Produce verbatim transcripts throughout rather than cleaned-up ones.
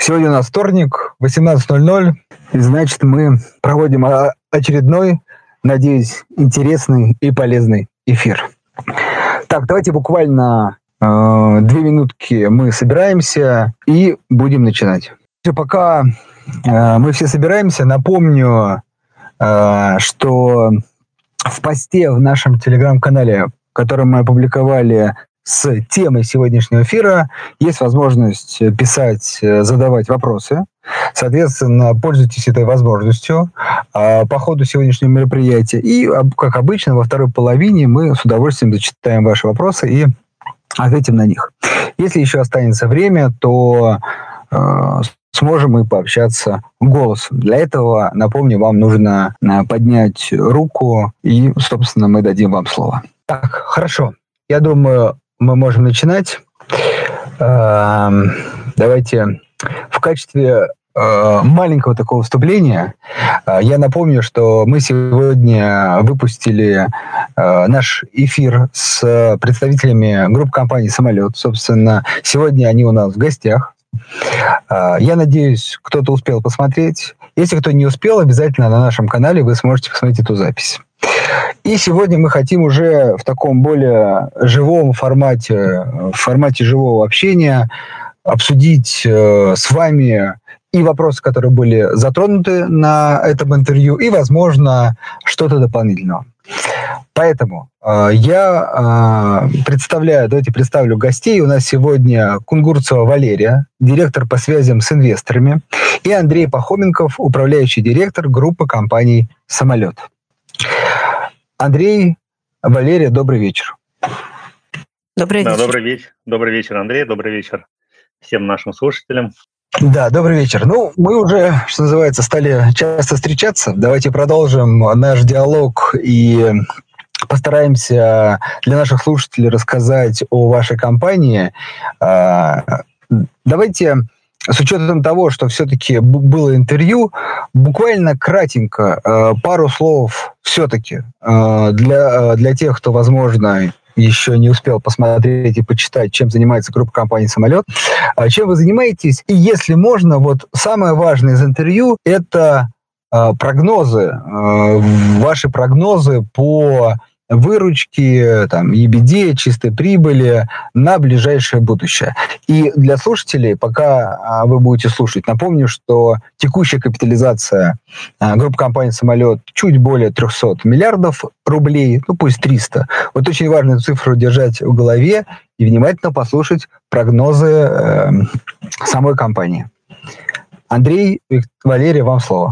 Сегодня у нас вторник, восемнадцать ноль ноль, и значит мы проводим очередной, надеюсь, интересный и полезный эфир. Так, давайте буквально э, две минутки мы собираемся и будем начинать. Пока э, мы все собираемся, напомню, э, что в посте в нашем телеграм-канале, который мы опубликовали с темой сегодняшнего эфира, есть возможность писать, задавать вопросы. Соответственно, пользуйтесь этой возможностью по ходу сегодняшнего мероприятия. И, как обычно, во второй половине мы с удовольствием зачитаем ваши вопросы и ответим на них. Если еще останется время, то э, сможем мы пообщаться голосом. Для этого, напомню, вам нужно поднять руку, и, собственно, мы дадим вам слово. Так, хорошо. Я думаю, мы можем начинать. Э, давайте в качестве э, маленького такого вступления э, я напомню, что мы сегодня выпустили э, наш эфир с представителями группы компании «Самолет». Собственно, сегодня они у нас в гостях. Э, я надеюсь, кто-то успел посмотреть. Если кто не успел, обязательно на нашем канале вы сможете посмотреть эту запись. И сегодня мы хотим уже в таком более живом формате, в формате живого общения обсудить э, с вами и вопросы, которые были затронуты на этом интервью, и, возможно, что-то дополнительного. Поэтому э, я э, представляю, давайте представлю гостей. У нас сегодня Кунгурцева Валерия, директор по связям с инвесторами, и Андрей Пахоменков, управляющий директор группы компаний «Самолет». Андрей, Валерия, добрый вечер. Добрый вечер. Да, добрый вечер. Добрый вечер, Андрей. Добрый вечер всем нашим слушателям. Да, добрый вечер. Ну, мы уже, что называется, стали часто встречаться. Давайте продолжим наш диалог и постараемся для наших слушателей рассказать о вашей компании. Давайте, с учетом того, что все-таки было интервью, буквально кратенько, пару слов все-таки для, для тех, кто, возможно, еще не успел посмотреть и почитать, чем занимается группа компаний «Самолет». Чем вы занимаетесь? И если можно, вот самое важное из интервью – это прогнозы, ваши прогнозы по выручки, там, и би ди, чистой прибыли на ближайшее будущее. И для слушателей, пока вы будете слушать, напомню, что текущая капитализация группы компании «Самолет» чуть более триста миллиардов рублей, ну пусть триста. Вот очень важную цифру держать в голове и внимательно послушать прогнозы э, самой компании. Андрей, Валерия, вам слово.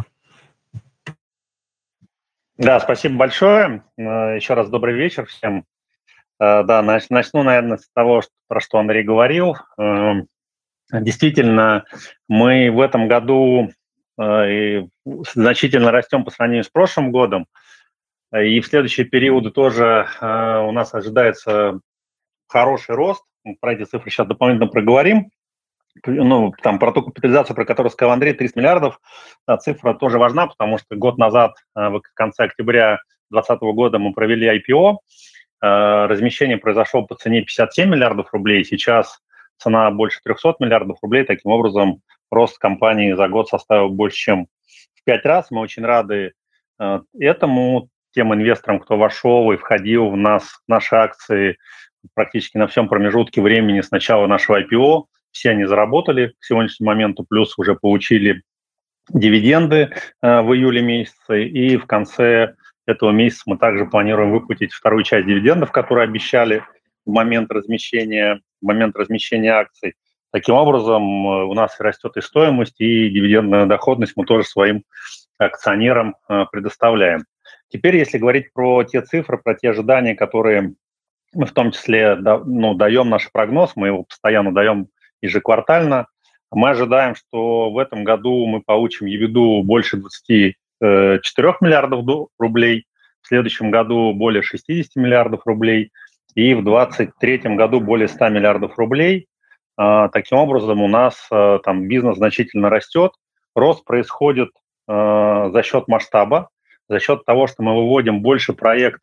Да, спасибо большое. Еще раз добрый вечер всем. Да, начну, наверное, с того, про что Андрей говорил. Действительно, мы в этом году значительно растем по сравнению с прошлым годом. И в следующие периоды тоже у нас ожидается хороший рост. Про эти цифры сейчас дополнительно проговорим. Ну, там, про ту капитализацию, про которую сказал Андрей, триста миллиардов, цифра тоже важна, потому что год назад, в конце октября две тысячи двадцатого года, мы провели ай пи о. Размещение произошло по цене пятьдесят семь миллиардов рублей. Сейчас цена больше триста миллиардов рублей. Таким образом, рост компании за год составил больше, чем в пять раз. Мы очень рады этому. Тем инвесторам, кто вошел и входил в нас, в наши акции практически на всем промежутке времени с начала нашего ай пи о, все они заработали к сегодняшнему моменту, плюс уже получили дивиденды э, в июле месяце, и в конце этого месяца мы также планируем выплатить вторую часть дивидендов, которые обещали в момент размещения, в момент размещения акций. Таким образом, э, у нас растет и стоимость, и дивидендная доходность мы тоже своим акционерам э, предоставляем. Теперь, если говорить про те цифры, про те ожидания, которые мы в том числе да, ну, даем наш прогноз, мы его постоянно даем ежеквартально. Мы ожидаем, что в этом году мы получим EBITDA больше двадцати четырёх миллиардов рублей, в следующем году более шестидесяти миллиардов рублей и в двадцать третьем году более ста миллиардов рублей. Таким образом, у нас там бизнес значительно растет. Рост происходит за счет масштаба, за счет того, что мы выводим больше проектов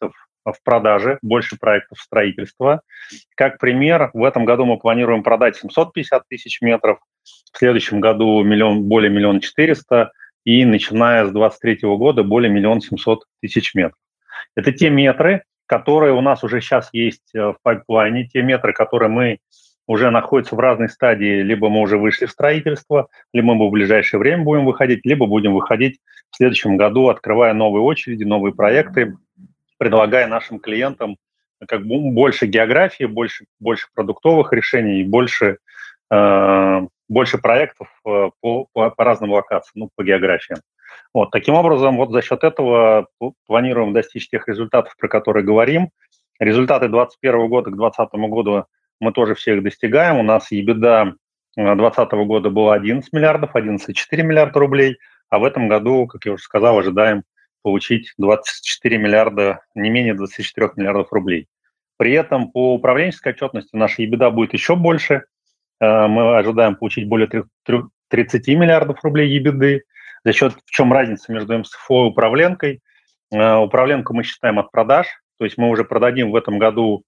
в продаже, больше проектов строительства. Как пример, в этом году мы планируем продать семьсот пятьдесят тысяч метров, в следующем году миллион, более миллиона четыреста, и начиная с двадцать третьего года более миллиона семьсот тысяч метров. Это те метры, которые у нас уже сейчас есть в пайплайне, те метры, которые мы уже находятся в разной стадии, либо мы уже вышли в строительство, либо мы в ближайшее время будем выходить, либо будем выходить в следующем году, открывая новые очереди, новые проекты, предлагая нашим клиентам как бы больше географии, больше, больше продуктовых решений и больше, э, больше проектов по, по, по разным локациям, ну, по географиям. Вот, таким образом, вот за счет этого планируем достичь тех результатов, про которые говорим. Результаты двадцать первого года к двадцатому году мы тоже все их достигаем. У нас EBITDA двадцатого года было одиннадцать миллиардов, одиннадцать целых четыре миллиарда рублей, а в этом году, как я уже сказал, ожидаем получить двадцать четыре миллиарда, не менее двадцать четыре миллиардов рублей. При этом по управленческой отчетности наша EBITDA будет еще больше. Мы ожидаем получить более тридцать миллиардов рублей EBITDA. За счет, в чем разница между эм эс эф о и управленкой? Управленку мы считаем от продаж, то есть мы уже продадим в этом году,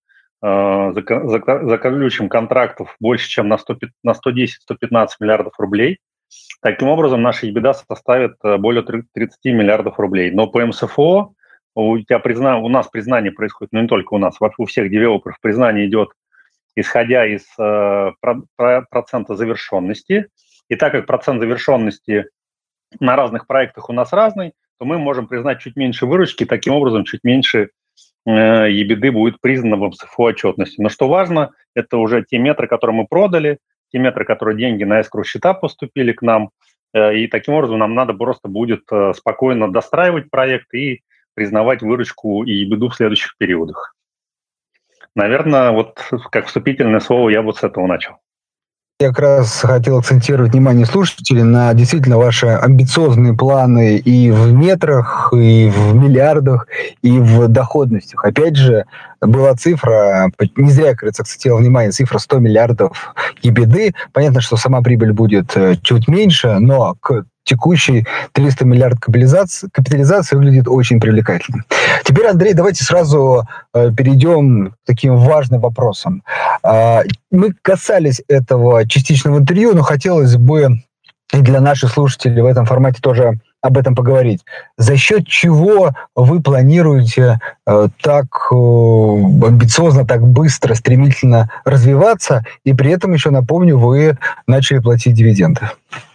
заключим контрактов больше, чем на сто десять - сто пятнадцать миллиардов рублей. Таким образом, наша EBITDA составит более тридцать миллиардов рублей. Но по эм эс эф о у, тебя призна... у нас признание происходит, но не только у нас, у всех девелоперов признание идет, исходя из э, про... процента завершенности. И так как процент завершенности на разных проектах у нас разный, то мы можем признать чуть меньше выручки, таким образом чуть меньше э, EBITDA будет признано в эм эс эф о отчетности. Но что важно, это уже те метры, которые мы продали, те метры, которые деньги на эскроу счета поступили к нам, э, и таким образом нам надо просто будет э, спокойно достраивать проект и признавать выручку и EBITDA в следующих периодах. Наверное, вот как вступительное слово я вот с этого начал. Я как раз хотел акцентировать внимание слушателей на действительно ваши амбициозные планы и в метрах, и в миллиардах, и в доходностях. Опять же, была цифра, не зря, как говорится, акцентировал внимание, цифра сто миллиардов EBITDA. Понятно, что сама прибыль будет чуть меньше, но к текущей триста миллиардов капитализации, капитализации выглядит очень привлекательно. Теперь, Андрей, давайте сразу э, перейдем к таким важным вопросам. Э, мы касались этого частично в интервью, но хотелось бы и для наших слушателей в этом формате тоже об этом поговорить. За счет чего вы планируете э, так э, амбициозно, так быстро, стремительно развиваться, и при этом еще, напомню, вы начали платить дивиденды?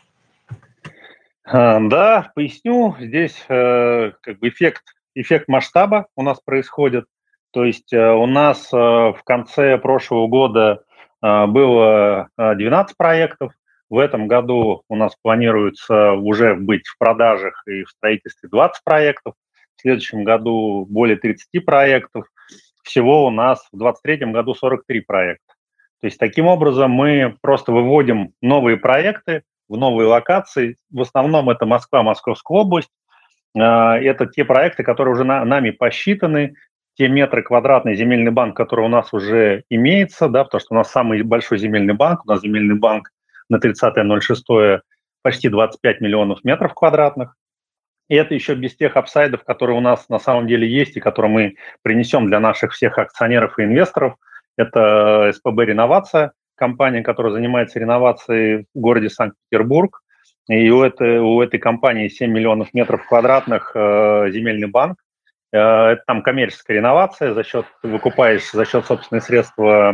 Да, поясню. Здесь э, как бы эффект, эффект масштаба у нас происходит. То есть э, у нас э, в конце прошлого года э, было двенадцать проектов. В этом году у нас планируется уже быть в продажах и в строительстве двадцать проектов. В следующем году более тридцать проектов. Всего у нас в двадцать третьем году сорок три проекта. То есть таким образом мы просто выводим новые проекты в новые локации. В основном это Москва, Московская область. Это те проекты, которые уже нами посчитаны, те метры квадратный земельный банк, который у нас уже имеется, да, потому что у нас самый большой земельный банк, у нас земельный банк на тридцатое ноль шестое почти двадцать пять миллионов метров квадратных. И это еще без тех апсайдов, которые у нас на самом деле есть и которые мы принесем для наших всех акционеров и инвесторов. Это эс пэ бэ «Реновация», компания, которая занимается реновацией в городе Санкт-Петербург. И у этой, у этой компании семь миллионов метров квадратных э, земельный банк. Э, это там коммерческая реновация, за счет, выкупаешь за счет собственных средств э,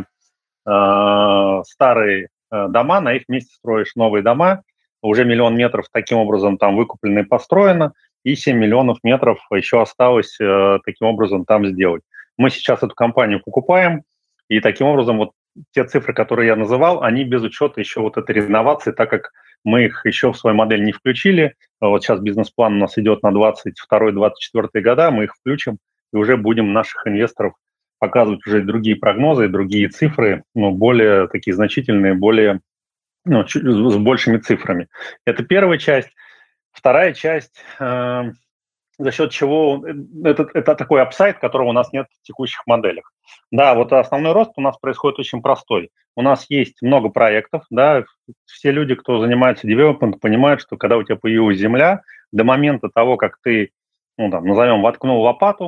старые э, дома, на их месте строишь новые дома. Уже миллион метров таким образом там выкуплено и построено, и семь миллионов метров еще осталось э, таким образом там сделать. Мы сейчас эту компанию покупаем, и таким образом вот те цифры, которые я называл, они без учета еще вот этой реновации, так как мы их еще в свою модель не включили. Вот сейчас бизнес-план у нас идет на двадцать второй - двадцать четвёртый года, мы их включим и уже будем наших инвесторов показывать уже другие прогнозы, другие цифры, но более такие значительные, более, ну, с большими цифрами. Это первая часть. Вторая часть, э, за счет чего это, это такой апсайд, которого у нас нет в текущих моделях. Да, вот основной рост у нас происходит очень простой. У нас есть много проектов, да, все люди, кто занимается девелопментом, понимают, что когда у тебя появилась земля, до момента того, как ты, ну, там, назовем, воткнул лопату,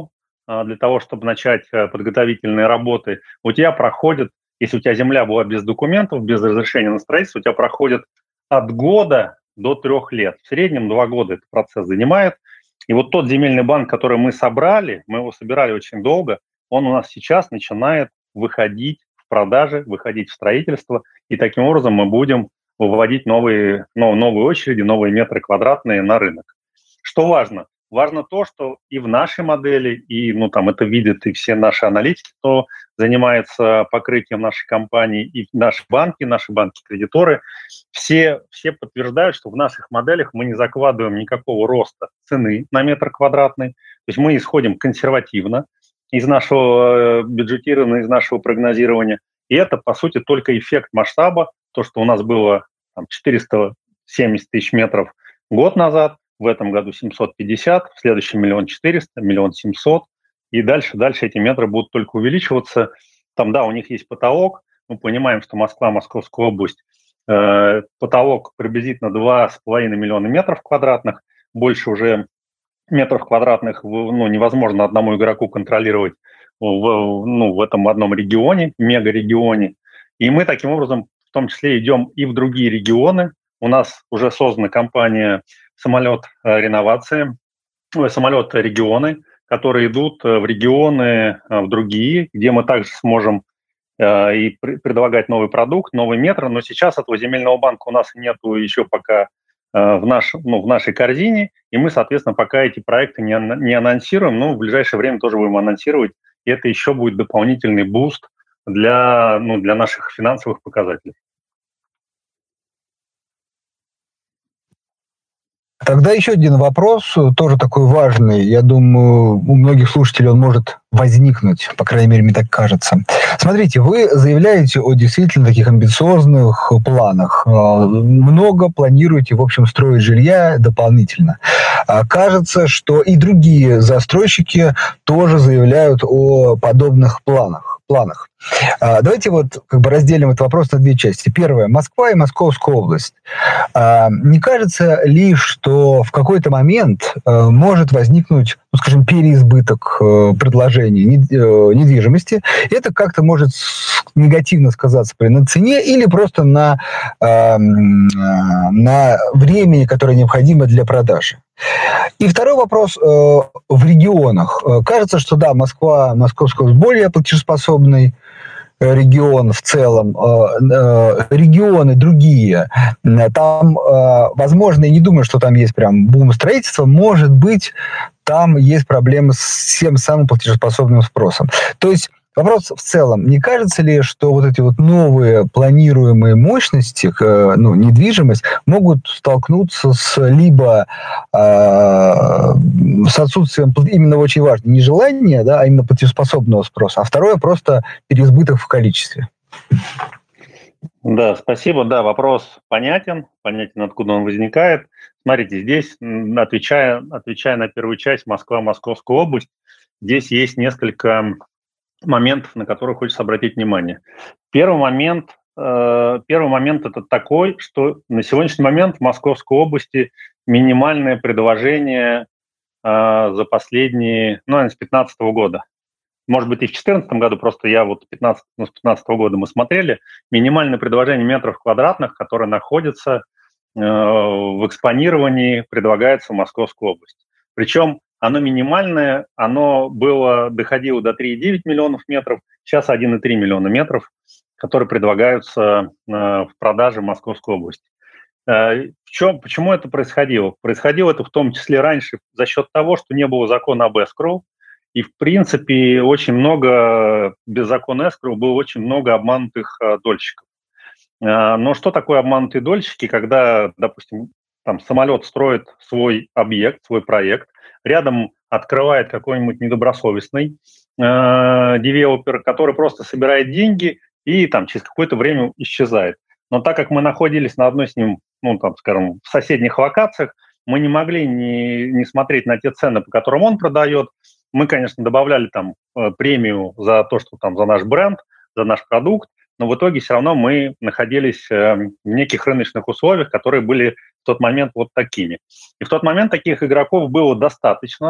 для того, чтобы начать подготовительные работы, у тебя проходит, если у тебя земля была без документов, без разрешения на строительство, у тебя проходит от года до трех лет. В среднем два года этот процесс занимает. И вот тот земельный банк, который мы собрали, мы его собирали очень долго, он у нас сейчас начинает выходить в продажи, выходить в строительство, и таким образом мы будем выводить новые, новые очереди, новые метры квадратные на рынок. Что важно? Важно то, что и в нашей модели, и ну, там, это видят и все наши аналитики, кто занимается покрытием нашей компании, и наши банки, наши банки-кредиторы, все, все подтверждают, что в наших моделях мы не закладываем никакого роста цены на метр квадратный. То есть мы исходим консервативно из нашего бюджетирования, из нашего прогнозирования. И это, по сути, только эффект масштаба. То, что у нас было там, четыреста семьдесят тысяч метров год назад, в этом году семьсот пятьдесят, в следующем миллион четыреста, миллион семьсот, и дальше, дальше эти метры будут только увеличиваться. Там, да, у них есть потолок, мы понимаем, что Москва, Московская область, э, потолок приблизительно два с половиной миллиона метров квадратных, больше уже метров квадратных ну, невозможно одному игроку контролировать в, ну, в этом одном регионе, мегарегионе, и мы таким образом в том числе идем и в другие регионы. У нас уже создана компания «Самолет реновации», «Самолет регионы», которые идут в регионы, в другие, где мы также сможем э, и при, предлагать новый продукт, новый метр. Но сейчас этого земельного банка у нас нету еще пока э, в, наш, ну, в нашей корзине, и мы, соответственно, пока эти проекты не, не анонсируем, но в ближайшее время тоже будем анонсировать, и это еще будет дополнительный буст для, ну, для наших финансовых показателей. Тогда еще один вопрос, тоже такой важный. Я думаю, у многих слушателей он может возникнуть, по крайней мере, мне так кажется. Смотрите, вы заявляете о действительно таких амбициозных планах. Много планируете, в общем, строить жилья дополнительно. Кажется, что и другие застройщики тоже заявляют о подобных планах. планах. Давайте вот как бы разделим этот вопрос на две части. Первое. Москва и Московская область. Не кажется ли, что в какой-то момент может возникнуть, ну, скажем, переизбыток предложений недвижимости? Это как-то может негативно сказаться на цене или просто на, на времени, которое необходимо для продажи? И второй вопрос э, в регионах. Кажется, что да, Москва, Московская область более платежеспособный регион в целом. Э, э, регионы другие. Там, э, возможно, я не думаю, что там есть прям бум строительства. Может быть, там есть проблемы с тем самым платежеспособным спросом. То есть вопрос в целом, не кажется ли, что вот эти вот новые планируемые мощности, ну, недвижимость, могут столкнуться с либо э, с отсутствием именно очень важного нежелания, да, а именно платежеспособного спроса, а второе просто переизбыток в количестве? Да, спасибо. Да, вопрос понятен, понятен, откуда он возникает. Смотрите, здесь, отвечая, отвечая на первую часть Москва, Московская область, здесь есть несколько моментов, на которые хочется обратить внимание. Первый момент, э, первый момент это такой, что на сегодняшний момент в Московской области минимальное предложение э, за последние, ну, наверное, с две тысячи пятнадцатого года. Может быть, и в две тысячи четырнадцатом году, просто я вот пятнадцать, ну, с две тысячи пятнадцатого года мы смотрели, минимальное предложение метров квадратных, которое находится э, в экспонировании, предлагается в Московской области. Причем оно минимальное, оно было, доходило до три и девять миллионов метров, сейчас один и три миллиона метров, которые предлагаются э, в продаже в Московской области. Э, в чем, почему это происходило? Происходило это в том числе раньше за счет того, что не было закона об эскроу, и в принципе очень много, без закона эскроу было очень много обманутых э, дольщиков. Э, но что такое обманутые дольщики, когда, допустим, там самолет строит свой объект, свой проект, рядом открывает какой-нибудь недобросовестный э, девелопер, который просто собирает деньги и там через какое-то время исчезает. Но так как мы находились на одной с ним, ну, там, скажем, в соседних локациях, мы не могли не, не смотреть на те цены, по которым он продает. Мы, конечно, добавляли там э, премию за то, что там за наш бренд, за наш продукт, но в итоге все равно мы находились э, в неких рыночных условиях, которые были в тот момент вот такими. И в тот момент таких игроков было достаточно,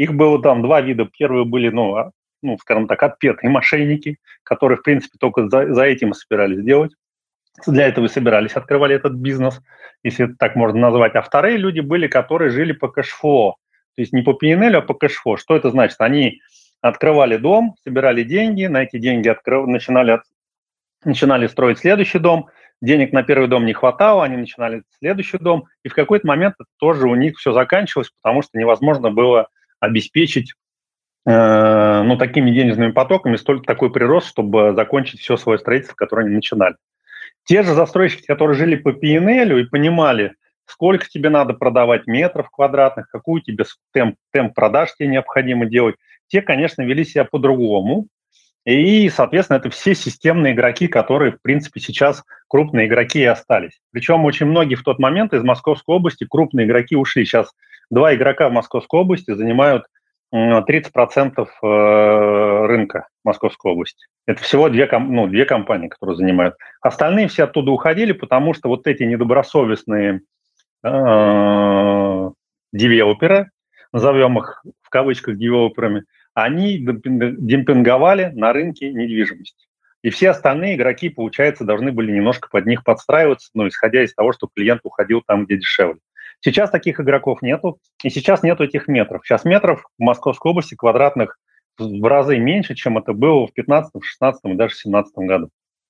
Их было там два вида. Первые были, ну, ну скажем так, отпетые мошенники, которые, в принципе, только за, за этим и собирались делать. Для этого и собирались, открывали этот бизнес, если это так можно назвать. А вторые люди были, которые жили по кэшфлоу. То есть не по пи эн эл, а по кэшфлоу. Что это значит? Они открывали дом, собирали деньги, на эти деньги открыв... начинали, от... начинали строить следующий дом, денег на первый дом не хватало, они начинали следующий дом, и в какой-то момент это тоже у них все заканчивалось, потому что невозможно было обеспечить э, ну, такими денежными потоками столько такой прирост, чтобы закончить все свое строительство, которое они начинали. Те же застройщики, которые жили по пи эн эл и понимали, сколько тебе надо продавать метров квадратных, какую тебе темп, темп продаж тебе необходимо делать, те, конечно, вели себя по-другому. И, соответственно, это все системные игроки, которые, в принципе, сейчас крупные игроки и остались. Причем очень многие в тот момент из Московской области крупные игроки ушли. Сейчас два игрока в Московской области занимают тридцать процентов рынка Московской области. Это всего две, ну, две компании, которые занимают. Остальные все оттуда уходили, потому что вот эти недобросовестные э, девелоперы, назовем их в кавычках девелоперами, они демпинговали на рынке недвижимости. И все остальные игроки, получается, должны были немножко под них подстраиваться, ну, исходя из того, что клиент уходил там, где дешевле. Сейчас таких игроков нету, и сейчас нету этих метров. Сейчас метров в Московской области квадратных в разы меньше, чем это было в пятнадцатом, шестнадцатом и даже семнадцатом году.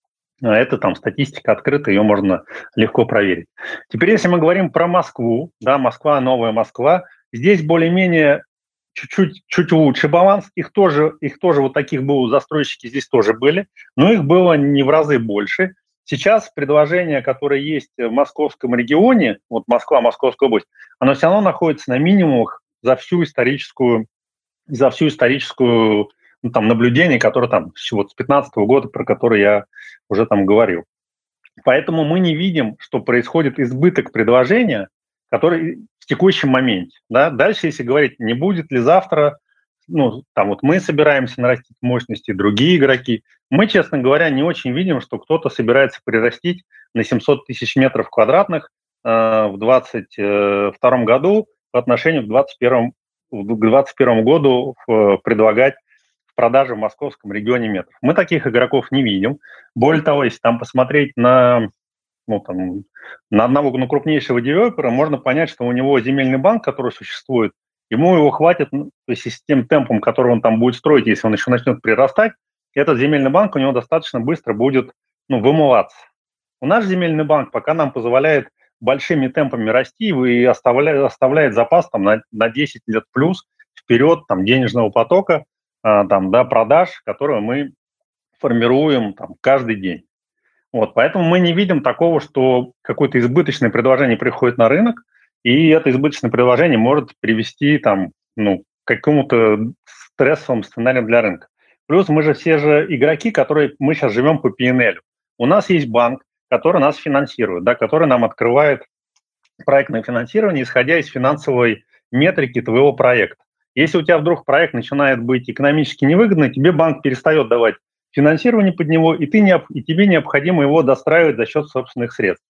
Это там статистика открыта, ее можно легко проверить. Теперь, если мы говорим про Москву, да, Москва, новая Москва, здесь более-менее чуть-чуть чуть лучше баланс. Их тоже, их тоже вот таких было, застройщики здесь тоже были, но их было не в разы больше. Сейчас предложение, которое есть в московском регионе, вот Москва, Московская область, оно все равно находится на минимумах за всю историческую, за всю историческую, ну, там, наблюдение, которое там вот с пятнадцатого года, про которое я уже там говорил. Поэтому мы не видим, что происходит избыток предложения, который в текущем моменте. Да? Дальше, если говорить, не будет ли завтра, ну, там вот мы собираемся нарастить мощности, другие игроки, мы, честно говоря, не очень видим, что кто-то собирается прирастить на семьсот тысяч метров квадратных э, в двадцать втором году по отношению к двадцать первому, к двадцать первому году в, предлагать в продаже в московском регионе метров. Мы таких игроков не видим. Более того, если там посмотреть на, ну, там, на одного на крупнейшего девелопера, можно понять, что у него земельный банк, который существует, ему его хватит, ну, то есть с тем темпом, который он там будет строить, если он еще начнет прирастать, этот земельный банк у него достаточно быстро будет, ну, вымываться. У нас земельный банк пока нам позволяет большими темпами расти и оставляет, оставляет запас там, на, на десять лет плюс вперед там, денежного потока, а, там, да, продаж, которые мы формируем там, каждый день. Вот, поэтому мы не видим такого, что какое-то избыточное предложение приходит на рынок, и это избыточное предложение может привести там, ну, к какому-то стрессовым сценариям для рынка. Плюс мы же все же игроки, которые мы сейчас живем по пи эн эл. У нас есть банк, который нас финансирует, да, который нам открывает проектное финансирование, исходя из финансовой метрики твоего проекта. Если у тебя вдруг проект начинает быть экономически невыгодный, тебе банк перестает давать финансирование под него, и, ты не, и тебе необходимо его достраивать за счет собственных средств.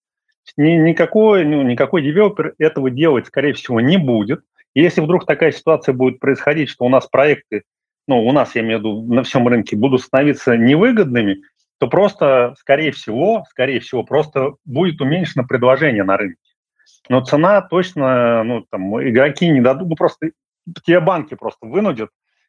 Никакой, ну, никакой девелопер этого делать, скорее всего, не будет. И если вдруг такая ситуация будет происходить, что у нас проекты, ну, у нас, я имею в виду, на всем рынке будут становиться невыгодными, то просто, скорее всего, скорее всего, просто будет уменьшено предложение на рынке. Но цена точно, ну, там, игроки не дадут, ну, просто те банки просто вынудят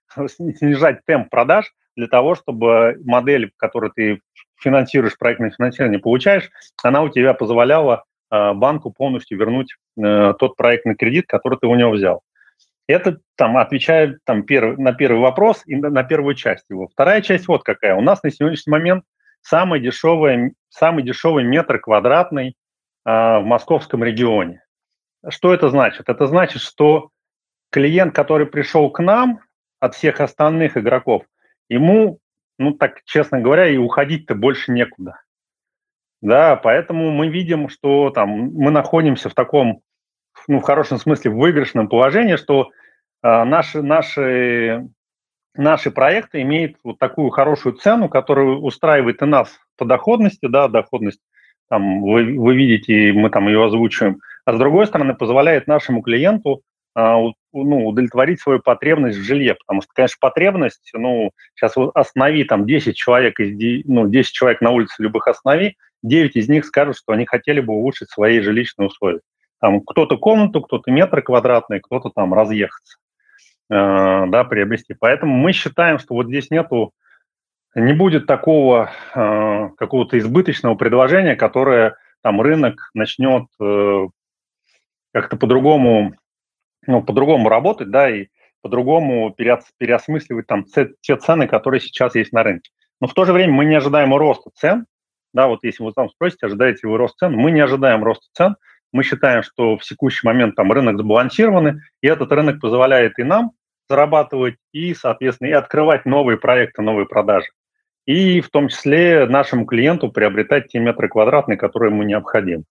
снижать темп продаж для того, чтобы модель, которую ты финансируешь, проектное финансирование получаешь, она у тебя позволяла э, банку полностью вернуть э, тот проектный кредит, который ты у него взял. Это там отвечает там, перв, на первый вопрос и на, на первую часть его. Вторая часть вот какая. У нас на сегодняшний момент самый дешевый, самый дешевый метр квадратный э, в московском регионе. Что это значит? Это значит, что клиент, который пришел к нам от всех остальных игроков, ему, ну так честно говоря, и уходить-то больше некуда. Да, поэтому мы видим, что там мы находимся в таком, ну, в хорошем смысле, в выигрышном положении, что э, наши, наши, наши проекты имеют вот такую хорошую цену, которая устраивает и нас по доходности, да, доходность, там, вы, вы видите, мы там ее озвучиваем, а с другой стороны, позволяет нашему клиенту ну, удовлетворить свою потребность в жилье. Потому что, конечно, потребность, ну, сейчас останови там десять человек, из, ну, десять человек на улице любых останови, девять из них скажут, что они хотели бы улучшить свои жилищные условия. Там кто-то комнату, кто-то метр квадратный, кто-то там разъехаться, э, да, приобрести. Поэтому мы считаем, что вот здесь нету, не будет такого э, какого-то избыточного предложения, которое там рынок начнет э, как-то по-другому, ну, по-другому работать, да, и по-другому переосмысливать там те цены, которые сейчас есть на рынке. Но в то же время мы не ожидаем роста цен, да, вот если вы там спросите, ожидаете вы рост цен, мы не ожидаем роста цен, мы считаем, что в текущий момент там рынок сбалансированный, и этот рынок позволяет и нам зарабатывать, и, соответственно, и открывать новые проекты, новые продажи. И в том числе нашему клиенту приобретать те метры квадратные, которые ему необходимы.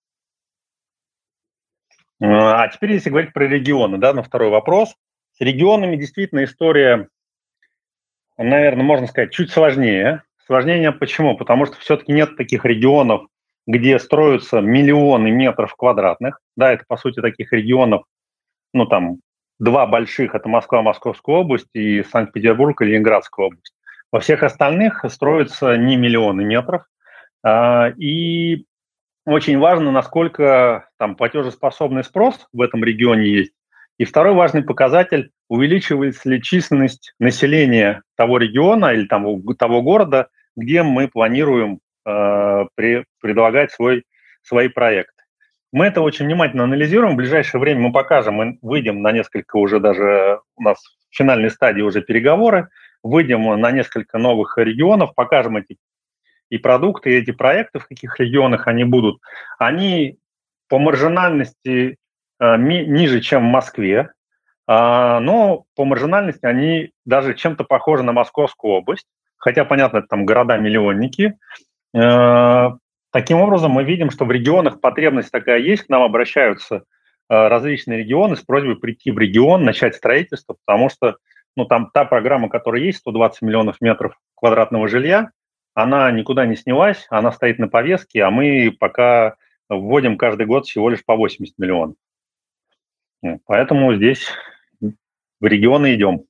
А теперь, если говорить про регионы, да, на второй вопрос. С регионами действительно история, наверное, можно сказать, чуть сложнее. Сложнее почему? Потому что все-таки нет таких регионов, где строятся миллионы метров квадратных. Да, это, по сути, таких регионов, ну, там, два больших, это Москва, Московская область и Санкт-Петербург и Ленинградская область. Во всех остальных строятся не миллионы метров. И очень важно, насколько там платежеспособный спрос в этом регионе есть. И второй важный показатель, увеличивается ли численность населения того региона или того, того города, где мы планируем э, при, предлагать свой, свои проекты. Мы это очень внимательно анализируем. В ближайшее время мы покажем, мы выйдем на несколько уже даже, у нас в финальной стадии уже переговоры, выйдем на несколько новых регионов, покажем эти и продукты, и эти проекты, в каких регионах они будут. Они по маржинальности э, ми, ниже, чем в Москве, э, но по маржинальности они даже чем-то похожи на Московскую область, хотя, понятно, это там города-миллионники. Э, таким образом, мы видим, что в регионах потребность такая есть, к нам обращаются э, различные регионы с просьбой прийти в регион, начать строительство, потому что ну, там та программа, которая есть, сто двадцать миллионов метров квадратного жилья, она никуда не снялась, она стоит на повестке, а мы пока вводим каждый год всего лишь по восемьдесят миллионов. Поэтому здесь в регионы идем.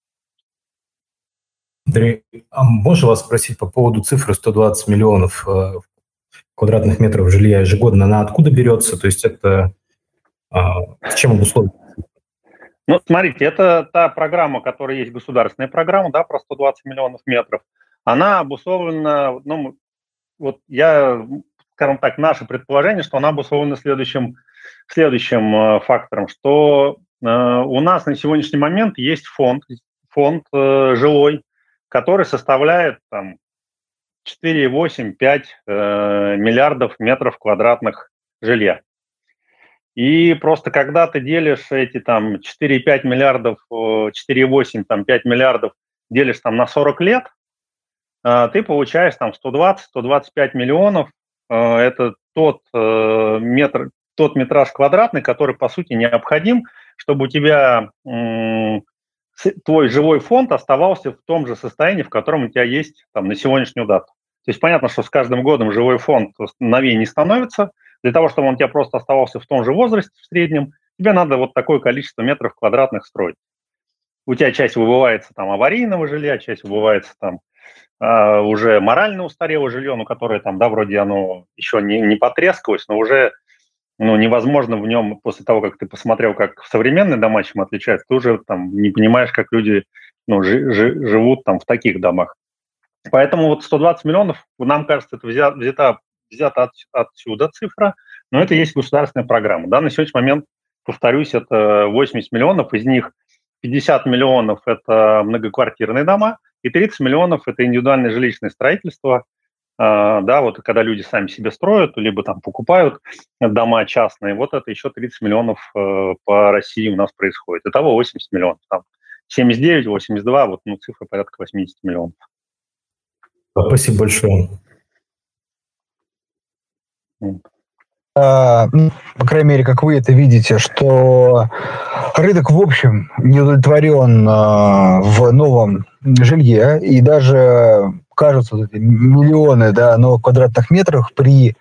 Андрей, а можно вас спросить по поводу цифры сто двадцать миллионов квадратных метров жилья ежегодно? Она откуда берется? То есть это с чем обусловлено? Ну, смотрите, это та программа, которая есть, государственная программа, да, про сто двадцать миллионов метров. Она обусловлена, ну, вот я, скажем так, наше предположение, что она обусловлена следующим, следующим э, фактором, что э, у нас на сегодняшний момент есть фонд, фонд э, жилой, который составляет там четыре, восемь, пять э, миллиардов метров квадратных жилья. И просто когда ты делишь эти там четыре и пять миллиардов, четыре и восемь, там пять миллиардов, делишь там на сорок лет, ты получаешь там сто двадцать - сто двадцать пять миллионов. Это тот метр, тот метраж квадратный, который, по сути, необходим, чтобы у тебя твой жилой фонд оставался в том же состоянии, в котором у тебя есть там на сегодняшнюю дату. То есть понятно, что с каждым годом жилой фонд новее не становится. Для того, чтобы он у тебя просто оставался в том же возрасте в среднем, тебе надо вот такое количество метров квадратных строить. У тебя часть выбывается там аварийного жилья, часть выбывается там э, уже морально устарелого жилья, ну, которое там, да, вроде оно еще не, не потрескалось, но уже ну, невозможно в нем, после того, как ты посмотрел, как современные дома чем отличаются, ты уже там не понимаешь, как люди ну, жи, жи, живут там в таких домах. Поэтому вот сто двадцать миллионов, нам кажется, это взято, взято, взято от, отсюда цифра, но это есть государственная программа. Да, на сегодняшний момент, повторюсь, это восемьдесят миллионов, из них пятьдесят миллионов – это многоквартирные дома, и тридцать миллионов – это индивидуальное жилищное строительство. Да, вот когда люди сами себе строят, либо там покупают дома частные, вот это еще тридцать миллионов по России у нас происходит. Итого восемьдесят миллионов. Там семьдесят девять, восемьдесят два, вот ну, цифра порядка восемьдесят миллионов. Спасибо большое. По крайней мере, как вы это видите, что рынок в общем не удовлетворен в новом жилье, и даже кажутся миллионы да, новых квадратных метров при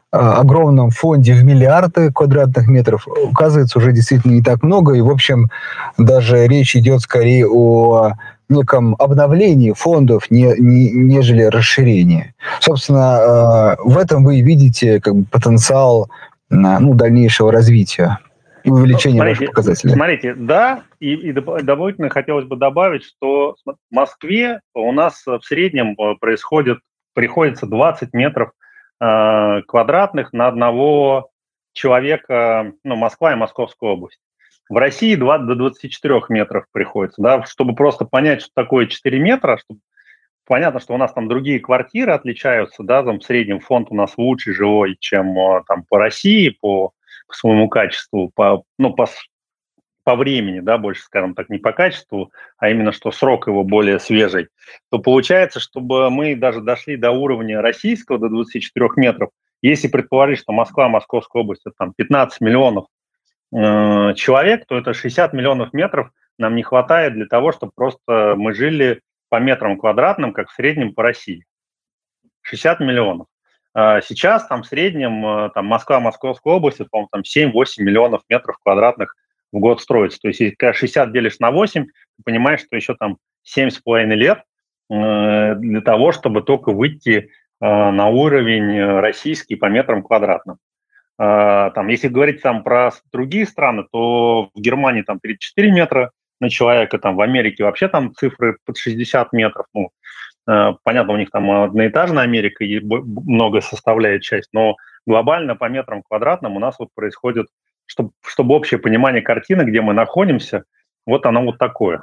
огромном фонде в миллиарды квадратных метров, оказывается, уже действительно не так много. И, в общем, даже речь идет скорее о неком обновлении фондов, не, не, нежели расширении. Собственно, в этом вы видите как бы потенциал ну, дальнейшего развития и увеличения смотрите, ваших показателей. Смотрите, да, и, и дополнительно хотелось бы добавить, что в Москве у нас в среднем происходит, приходится двадцать метров э, квадратных на одного человека, ну, Москва и Московская область. В России до двадцати четырёх метров приходится, да, чтобы просто понять, что такое четыре метра, чтобы понятно, что у нас там другие квартиры отличаются, да, там в среднем фонд у нас лучше живой, чем там по России, по, по своему качеству, по, ну, по, по времени, да, больше, скажем так, не по качеству, а именно, что срок его более свежий, то получается, чтобы мы даже дошли до уровня российского, до двадцати четырёх метров, если предположить, что Москва, Московская область, это там пятнадцать миллионов э, человек, то это шестьдесят миллионов метров нам не хватает для того, чтобы просто мы жили по метрам квадратным, как в среднем по России. шестьдесят миллионов. Сейчас там в среднем там, Москва, Московская область, по-моему, там семь-восемь миллионов метров квадратных в год строится. То есть, если когда шестьдесят делишь на восемь, ты понимаешь, что еще там семь с половиной лет э, для того, чтобы только выйти э, на уровень российский по метрам квадратным. Э, там, если говорить там про другие страны, то в Германии там тридцать четыре метра на человека, там в Америке вообще там цифры под шестьдесят метров, ну, э, понятно, у них там одноэтажная Америка и много составляет часть, но глобально по метрам квадратным у нас вот происходит, чтобы, чтобы общее понимание картины, где мы находимся, вот оно вот такое.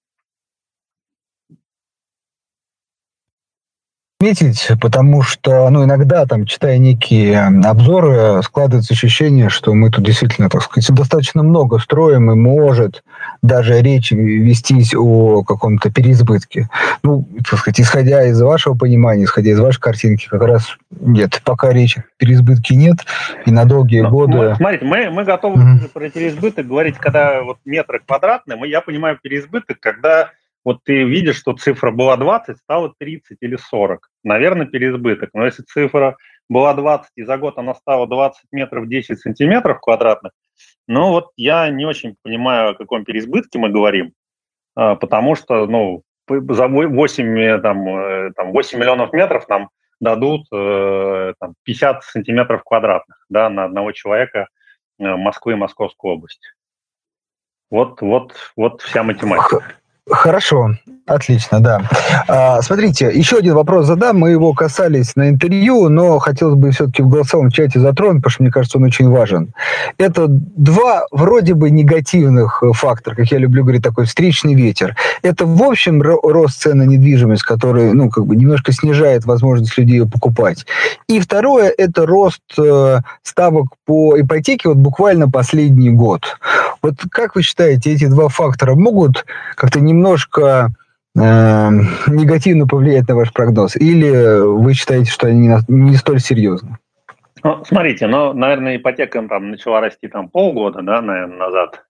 Отметить, потому что, ну, иногда, там, читая некие обзоры, складывается ощущение, что мы тут действительно, так сказать, достаточно много строим, и может даже речь вестись о каком-то переизбытке. Ну, так сказать, исходя из вашего понимания, исходя из вашей картинки, как раз нет, пока речи о переизбытке нет, и на долгие Но, годы... Мы, смотрите, мы, мы готовы mm-hmm. про переизбыток говорить, когда вот метры квадратные, я понимаю переизбыток, когда... Вот ты видишь, что цифра была двадцать, стала тридцать или сорок. Наверное, переизбыток. Но если цифра была двадцать, и за год она стала двадцать метров десять сантиметров квадратных, ну вот я не очень понимаю, о каком переизбытке мы говорим, потому что ну, за восемь, там, там, восемь миллионов метров нам дадут там, пятьдесят сантиметров квадратных, да, на одного человека Москвы и Московской области. Вот, вот, вот вся математика. Хорошо, отлично, да. А, смотрите, еще один вопрос задам. Мы его касались на интервью, но хотелось бы все-таки в голосовом чате затронуть, потому что, мне кажется, он очень важен. Это два вроде бы негативных фактора, как я люблю говорить, такой встречный ветер. Это, в общем, рост цен на недвижимость, который, ну, как бы немножко снижает возможность людей ее покупать. И второе, это рост э, ставок по ипотеке вот буквально последний год. Вот как вы считаете, эти два фактора могут как-то немножко э, негативно повлиять на ваш прогноз? Или вы считаете, что они не, не столь серьезны? Ну, смотрите, ну, наверное, ипотека там начала расти там полгода, да, наверное, назад.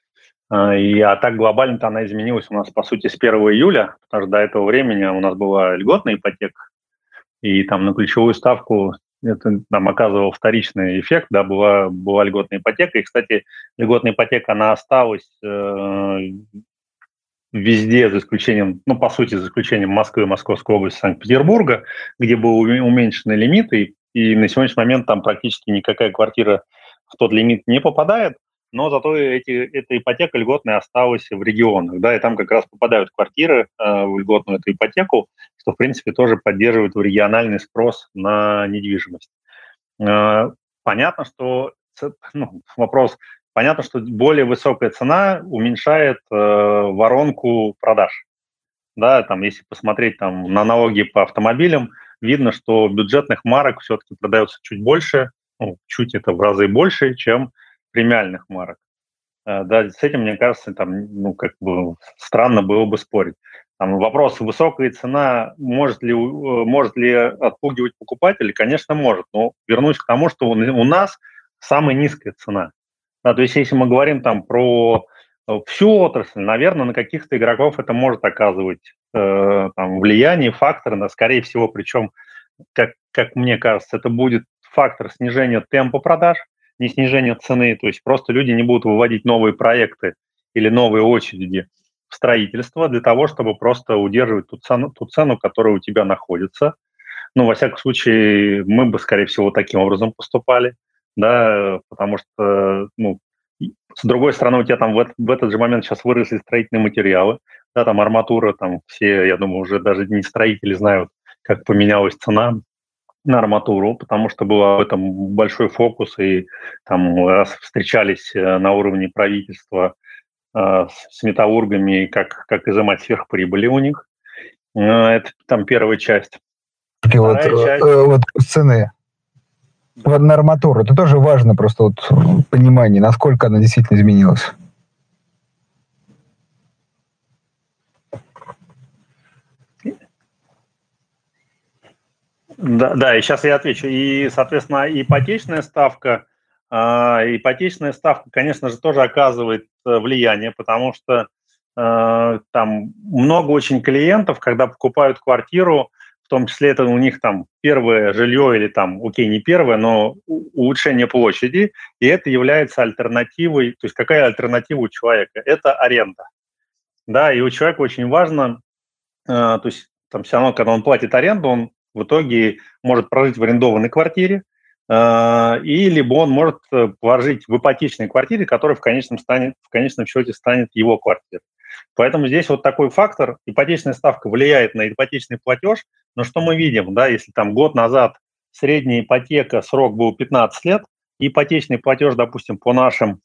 И, а так глобально-то она изменилась у нас, по сути, с первого июля, потому что до этого времени у нас была льготная ипотека, и там на ключевую ставку это нам оказывал вторичный эффект, да, была, была льготная ипотека. И, кстати, льготная ипотека, она осталась э, везде, за исключением, ну, по сути, за исключением Москвы, Московской области, Санкт-Петербурга, где был уменьшенный лимит, и, и на сегодняшний момент там практически никакая квартира в тот лимит не попадает, но зато эти, эта ипотека льготная осталась в регионах, да, и там как раз попадают квартиры э, в льготную эту ипотеку, что, в принципе, тоже поддерживает региональный спрос на недвижимость. Э, понятно, что, ну, вопрос, понятно, что более высокая цена уменьшает э, воронку продаж, да, там, если посмотреть там на налоги по автомобилям, видно, что бюджетных марок все-таки продается чуть больше, ну, чуть это в разы больше, чем премиальных марок. Да, с этим, мне кажется, там, ну, как бы странно было бы спорить. Там вопрос, высокая цена, может ли, может ли отпугивать покупателей? Конечно, может. Но вернусь к тому, что у нас самая низкая цена. Да, то есть, если мы говорим там про всю отрасль, наверное, на каких-то игроков это может оказывать э, там, влияние, факторы, но, скорее всего, причем, как, как мне кажется, это будет фактор снижения темпа продаж, не снижения цены, то есть просто люди не будут выводить новые проекты или новые очереди в строительство для того, чтобы просто удерживать ту цену, ту цену, которая у тебя находится. Ну, во всяком случае, мы бы, скорее всего, таким образом поступали, да, потому что, ну, с другой стороны, у тебя там в, в этот же момент сейчас выросли строительные материалы, да, там арматура, там все, я думаю, уже даже не строители знают, как поменялась цена на арматуру, потому что был об этом большой фокус, и там встречались на уровне правительства э, с металлургами, как, как изымать сверхприбыли у них. Это там первая часть. И вот, часть... э, вот цены. Вот на арматуру. Это тоже важно, просто вот понимание, насколько она действительно изменилась. Да, да, и сейчас я отвечу. И, соответственно, ипотечная ставка, э, ипотечная ставка, конечно же, тоже оказывает влияние, потому что э, там много очень клиентов, когда покупают квартиру, в том числе это у них там первое жилье или там, окей, не первое, но улучшение площади, и это является альтернативой. То есть какая альтернатива у человека? Это аренда. Да, и у человека очень важно, э, то есть там все равно, когда он платит аренду, он в итоге может прожить в арендованной квартире, э, и либо он может прожить в ипотечной квартире, которая в конечном, станет, в конечном счете станет его квартирой. Поэтому здесь вот такой фактор. Ипотечная ставка влияет на ипотечный платеж, но что мы видим, да, если там год назад средняя ипотека, срок был пятнадцать лет, ипотечный платеж, допустим, по нашим,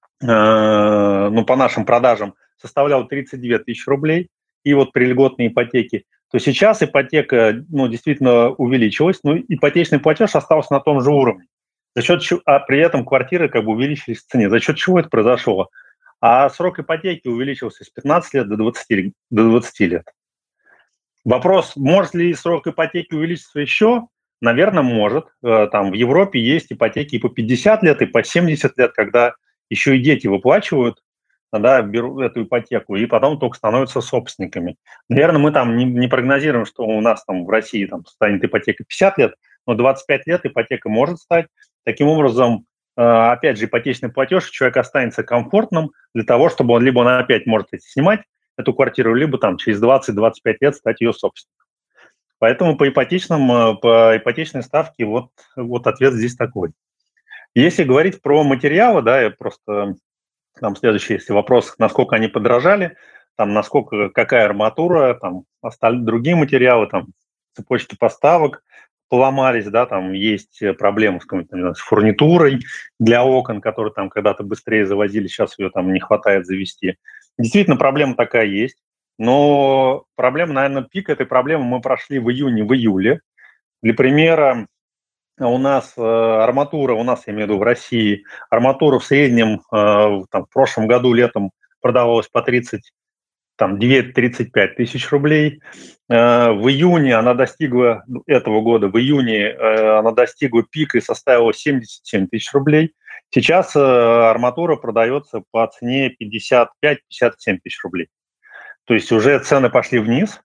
э, ну, по нашим продажам составлял тридцать две тысячи рублей, и вот при льготной ипотеке, то сейчас ипотека, ну, действительно увеличилась, но ипотечный платеж остался на том же уровне. За счет чего, а при этом квартиры как бы увеличились в цене. За счет чего это произошло? А срок ипотеки увеличился с пятнадцати лет до двадцати, до двадцати лет. Вопрос, может ли срок ипотеки увеличиться еще? Наверное, может. Там в Европе есть ипотеки и по пятьдесят лет, и по семьдесят лет, когда еще и дети выплачивают, да, берут эту ипотеку, и потом только становятся собственниками. Наверное, мы там не, не прогнозируем, что у нас там в России там станет ипотека пятьдесят лет, но двадцать пять лет ипотека может стать. Таким образом, опять же, ипотечный платеж человек останется комфортным для того, чтобы он либо он опять может снимать эту квартиру, либо там через двадцать-двадцать пять лет стать ее собственником. Поэтому по ипотечным, по ипотечной ставке вот, вот ответ здесь такой. Если говорить про материалы, да, я просто... Там следующий есть вопрос, насколько они подорожали, там, насколько, какая арматура, там, остальные другие материалы, там, цепочки поставок поломались, да, там есть проблемы с, с фурнитурой для окон, которые там когда-то быстрее завозили, сейчас ее там не хватает завести. Действительно, проблема такая есть, но проблема, наверное, пик этой проблемы мы прошли в июне, в июле. Для примера, у нас э, арматура, у нас, я имею в виду в России, арматура в среднем э, там, в прошлом году летом продавалась по тридцать две-тридцать пять тысяч рублей. Э, в июне она достигла, этого года, в июне э, она достигла пика и составила семьдесят семь тысяч рублей. Сейчас э, арматура продается по цене пятьдесят пять - пятьдесят семь тысяч рублей. То есть уже цены пошли вниз.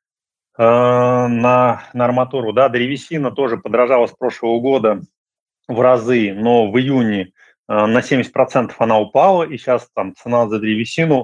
На, на арматуру, да, древесина тоже подорожала с прошлого года в разы, но в июне э, на семьдесят процентов она упала, и сейчас там цена за древесину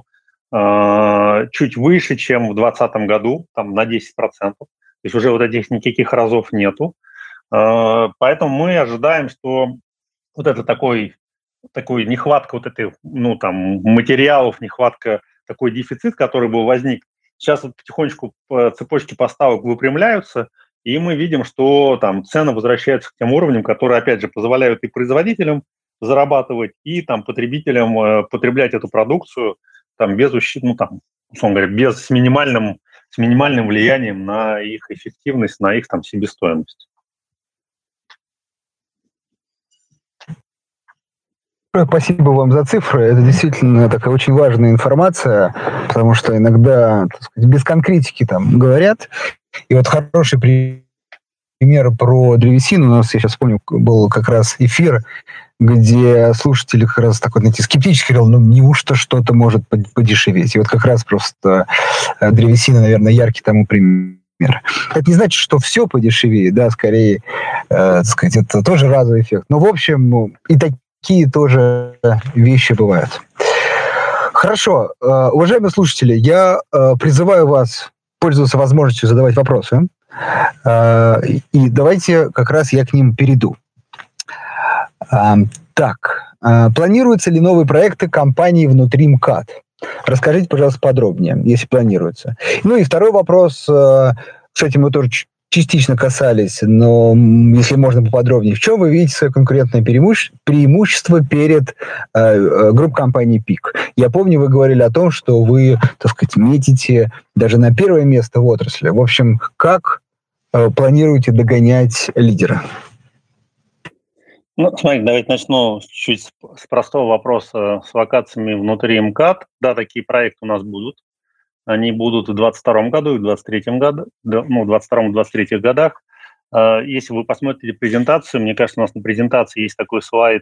э, чуть выше, чем в двадцатом году, там на десять процентов. То есть уже вот этих никаких разов нету. Э, поэтому мы ожидаем, что вот это такой, такой нехватка вот этой, ну, там, материалов, нехватка, такой дефицит, который был возник. Сейчас вот потихонечку цепочки поставок выпрямляются, и мы видим, что там цены возвращаются к тем уровням, которые, опять же, позволяют и производителям зарабатывать, и там потребителям э, потреблять эту продукцию там без ущерба, ну там, условно говоря, без с минимальным с минимальным влиянием на их эффективность, на их там себестоимость. Спасибо вам за цифры. Это действительно такая очень важная информация, потому что иногда, так сказать, без конкретики там говорят. И вот хороший пример про древесину. У нас, я сейчас вспомню, был как раз эфир, где слушатели как раз такой, знаете, скептически говорил, ну, неужто что-то может подешеветь. И вот как раз просто древесина, наверное, яркий тому пример. Это не значит, что все подешевеет, да, скорее, э, так сказать, это тоже разовый эффект. Но, в общем, и такие тоже вещи бывают. Хорошо. Э, уважаемые слушатели, я э, призываю вас пользоваться возможностью задавать вопросы. Э, и давайте как раз я к ним перейду. Э, так, э, планируются ли новые проекты компании внутри МКАД? Расскажите, пожалуйста, подробнее, если планируется. Ну и второй вопрос, кстати, мы тоже частично касались, но если можно поподробнее. В чем вы видите свое конкурентное преимущество перед э, группой компаний ПИК? Я помню, вы говорили о том, что вы, так сказать, метите даже на первое место в отрасли. В общем, как э, планируете догонять лидера? Ну, смотрите, давайте начну чуть с простого вопроса с вакациями внутри МКАД. Да, такие проекты у нас будут. Они будут в двадцать втором году и в двадцать третьем году, ну, в двадцать втором и двадцать третьем годах. Если вы посмотрите презентацию, мне кажется, у нас на презентации есть такой слайд,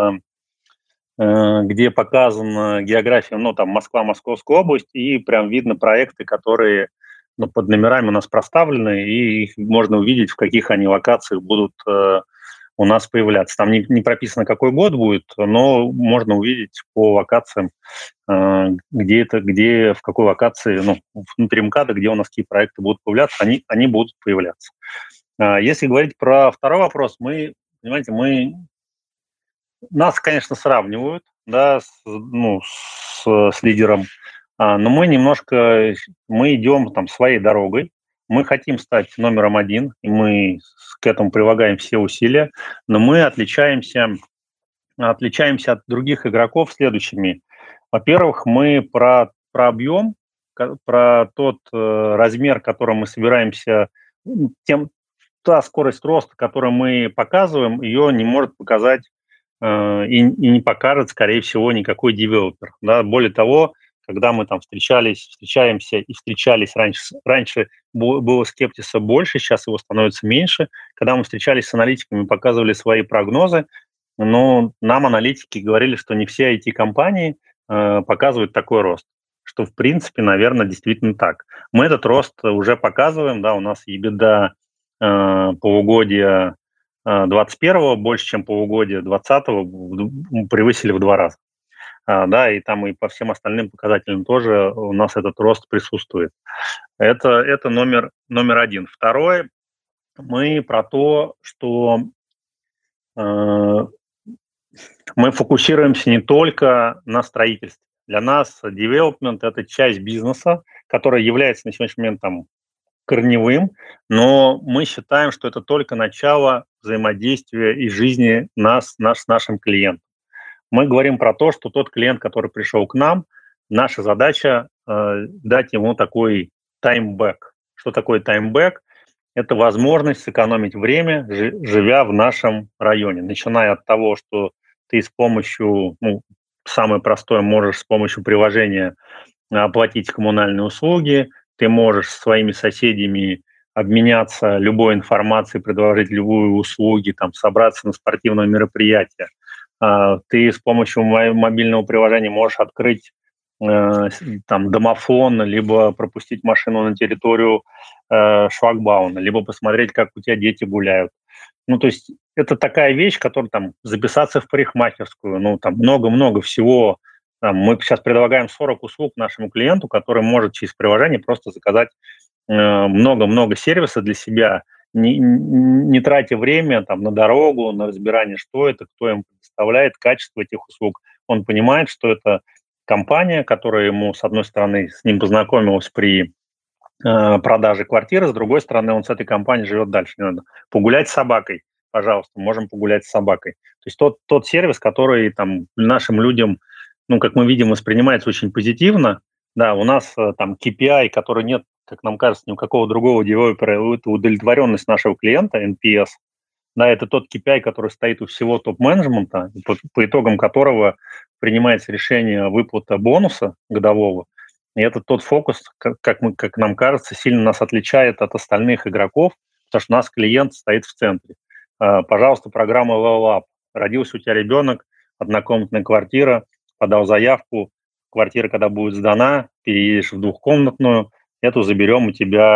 где показана география, ну, там, Москва, Московская область, и прям видно проекты, которые, ну, под номерами у нас проставлены, и их можно увидеть, в каких они локациях будут у нас появляться. Там не, не прописано, какой год будет, но можно увидеть по локациям, э, где это, где, в какой локации, ну, внутри МКАДа, где у нас какие проекты будут появляться, они, они будут появляться. Э, если говорить про второй вопрос, мы, понимаете, мы, нас, конечно, сравнивают, да, с, ну, с, с лидером, э, но мы немножко, мы идем там своей дорогой. Мы хотим стать номером один, и мы к этому прилагаем все усилия, но мы отличаемся, отличаемся от других игроков следующими. Во-первых, мы про, про объем, про тот э, размер, которым мы собираемся, тем, та скорость роста, которую мы показываем, ее не может показать э, и, и не покажет, скорее всего, никакой девелопер. Да? Более того, когда мы там встречались, встречаемся и встречались раньше, раньше было скептиса больше, сейчас его становится меньше. Когда мы встречались с аналитиками, показывали свои прогнозы, но нам аналитики говорили, что не все ай ти-компании э, показывают такой рост, что в принципе, наверное, действительно так. Мы этот рост уже показываем, да, у нас EBITDA э, полугодия э, двадцать первого больше, чем полугодия двадцатого, превысили в два раза. А, да, и там и по всем остальным показателям тоже у нас этот рост присутствует. Это, это номер, номер один. Второе, мы про то, что э, мы фокусируемся не только на строительстве. Для нас development – это часть бизнеса, которая является на сегодняшний момент там корневым, но мы считаем, что это только начало взаимодействия и жизни нас, нас с нашим клиентом. Мы говорим про то, что тот клиент, который пришел к нам, наша задача э, дать ему такой таймбэк. Что такое таймбэк? Это возможность сэкономить время, живя в нашем районе. Начиная от того, что ты с помощью, ну, самое простое, можешь с помощью приложения оплатить коммунальные услуги, ты можешь со своими соседями обменяться любой информацией, предложить любые услуги, там, собраться на спортивное мероприятие. Ты с помощью мобильного приложения можешь открыть э, там, домофон, либо пропустить машину на территорию э, шлагбаума, либо посмотреть, как у тебя дети гуляют. Ну, то есть это такая вещь, которая там записаться в парикмахерскую, ну, там много-много всего. Там, мы сейчас предлагаем сорок услуг нашему клиенту, который может через приложение просто заказать э, много-много сервисов для себя, Не, не тратя время там, на дорогу, на разбирание, что это, кто им предоставляет, качество этих услуг. Он понимает, что это компания, которая ему, с одной стороны, с ним познакомилась при э, продаже квартиры, с другой стороны, он с этой компанией живет дальше. Не надо погулять с собакой, пожалуйста, можем погулять с собакой. То есть тот, тот сервис, который там, нашим людям, ну, как мы видим, воспринимается очень позитивно. Да, у нас там кей пи ай, который нет, как нам кажется, ни у какого другого девелопера, это удовлетворенность нашего клиента, эн пи эс. Да, это тот кей пи ай, который стоит у всего топ-менеджмента, по, по итогам которого принимается решение выплаты бонуса годового. И это тот фокус, как, как, мы, как нам кажется, сильно нас отличает от остальных игроков, потому что у нас клиент стоит в центре. Пожалуйста, программа Level Up. Родился у тебя ребенок, однокомнатная квартира, подал заявку, квартира, когда будет сдана, переедешь в двухкомнатную, эту заберем у тебя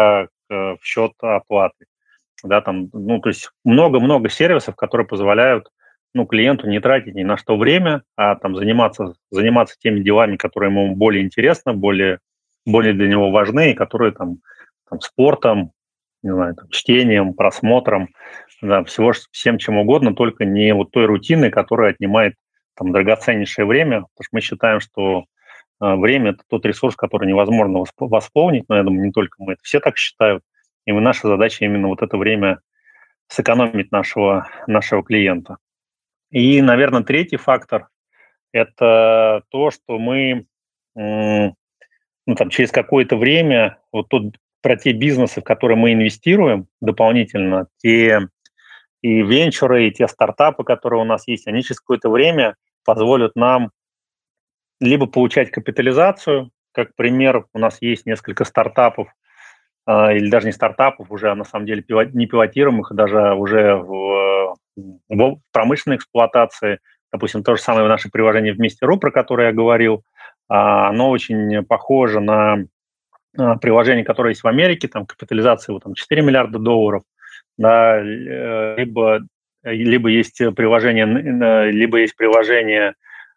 в счет оплаты. Да, там, ну, то есть много-много сервисов, которые позволяют ну, клиенту не тратить ни на что время, а там заниматься, заниматься теми делами, которые ему более интересны, более, более для него важны, и которые там, там спортом, не знаю, там, чтением, просмотром, да, всего, всем чем угодно, только не вот той рутиной, которая отнимает там драгоценнейшее время, потому что мы считаем, что э, время – это тот ресурс, который невозможно восп- восполнить, но я думаю, не только мы, это все так считают, и наша задача именно вот это время сэкономить нашего, нашего клиента. И, наверное, третий фактор – это то, что мы ну, там, через какое-то время, вот тут про те бизнесы, в которые мы инвестируем дополнительно, те и венчуры, и те стартапы, которые у нас есть, они через какое-то время позволят нам либо получать капитализацию, как пример, у нас есть несколько стартапов, или даже не стартапов, уже на самом деле не пилотируемых, а даже уже в, в промышленной эксплуатации. Допустим, то же самое наше приложение «Вместе.ру», про которое я говорил, оно очень похоже на приложение, которое есть в Америке, там капитализация его, там, четыре миллиарда долларов, да, либо, либо есть приложение, либо есть приложение,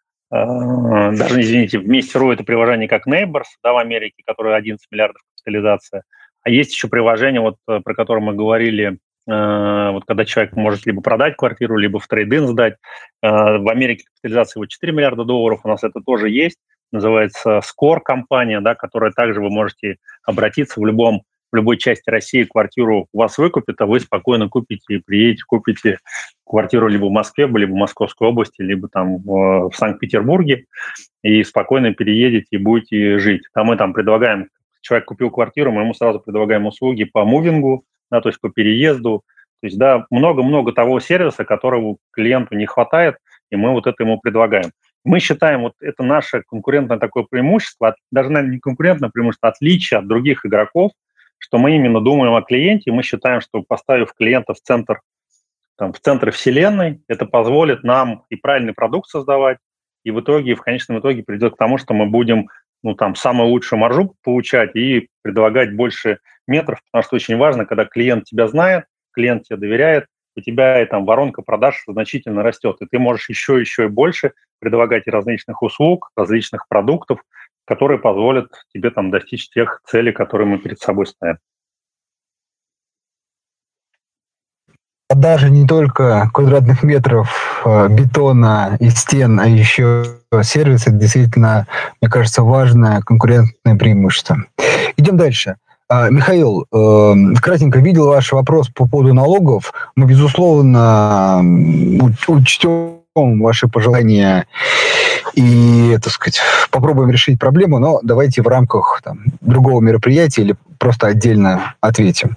даже, извините, «Вместе.ру» это приложение как Neighbors, да, в Америке, которое одиннадцать миллиардов капитализация. А есть еще приложение, вот, про которое мы говорили, э, вот когда человек может либо продать квартиру, либо в трейд-ин сдать. Э, в Америке капитализация его четыре миллиарда долларов, у нас это тоже есть. Называется Score компания, да, которая также вы можете обратиться в, любом, в любой части России, квартиру у вас выкупит, а вы спокойно купите и приедете, купите квартиру либо в Москве, либо в Московской области, либо там в, в Санкт-Петербурге, и спокойно переедете и будете жить. Там мы там предлагаем, человек купил квартиру, мы ему сразу предлагаем услуги по мувингу, да, то есть по переезду. То есть, да, много-много того сервиса, которого клиенту не хватает, и мы вот это ему предлагаем. Мы считаем, вот это наше конкурентное такое преимущество, даже, наверное, не конкурентное преимущество, отличие от других игроков, что мы именно думаем о клиенте, и мы считаем, что поставив клиента в центр, там, в центр вселенной, это позволит нам и правильный продукт создавать, и в итоге, в конечном итоге придет к тому, что мы будем ну, там, самую лучшую маржу получать и предлагать больше метров, потому что очень важно, когда клиент тебя знает, клиент тебе доверяет, у тебя и там воронка продаж значительно растет, и ты можешь еще, еще и больше предлагать различных услуг, различных продуктов, которые позволят тебе там достичь тех целей, которые мы перед собой ставим. Даже не только квадратных метров э, бетона и стен, а еще сервис, это действительно, мне кажется, важное конкурентное преимущество. Идем дальше. Э, Михаил, э, кратенько видел ваш вопрос по поводу налогов. Мы, безусловно, учтем ваши пожелания и, так сказать, попробуем решить проблему, но давайте в рамках там, другого мероприятия или просто отдельно ответим.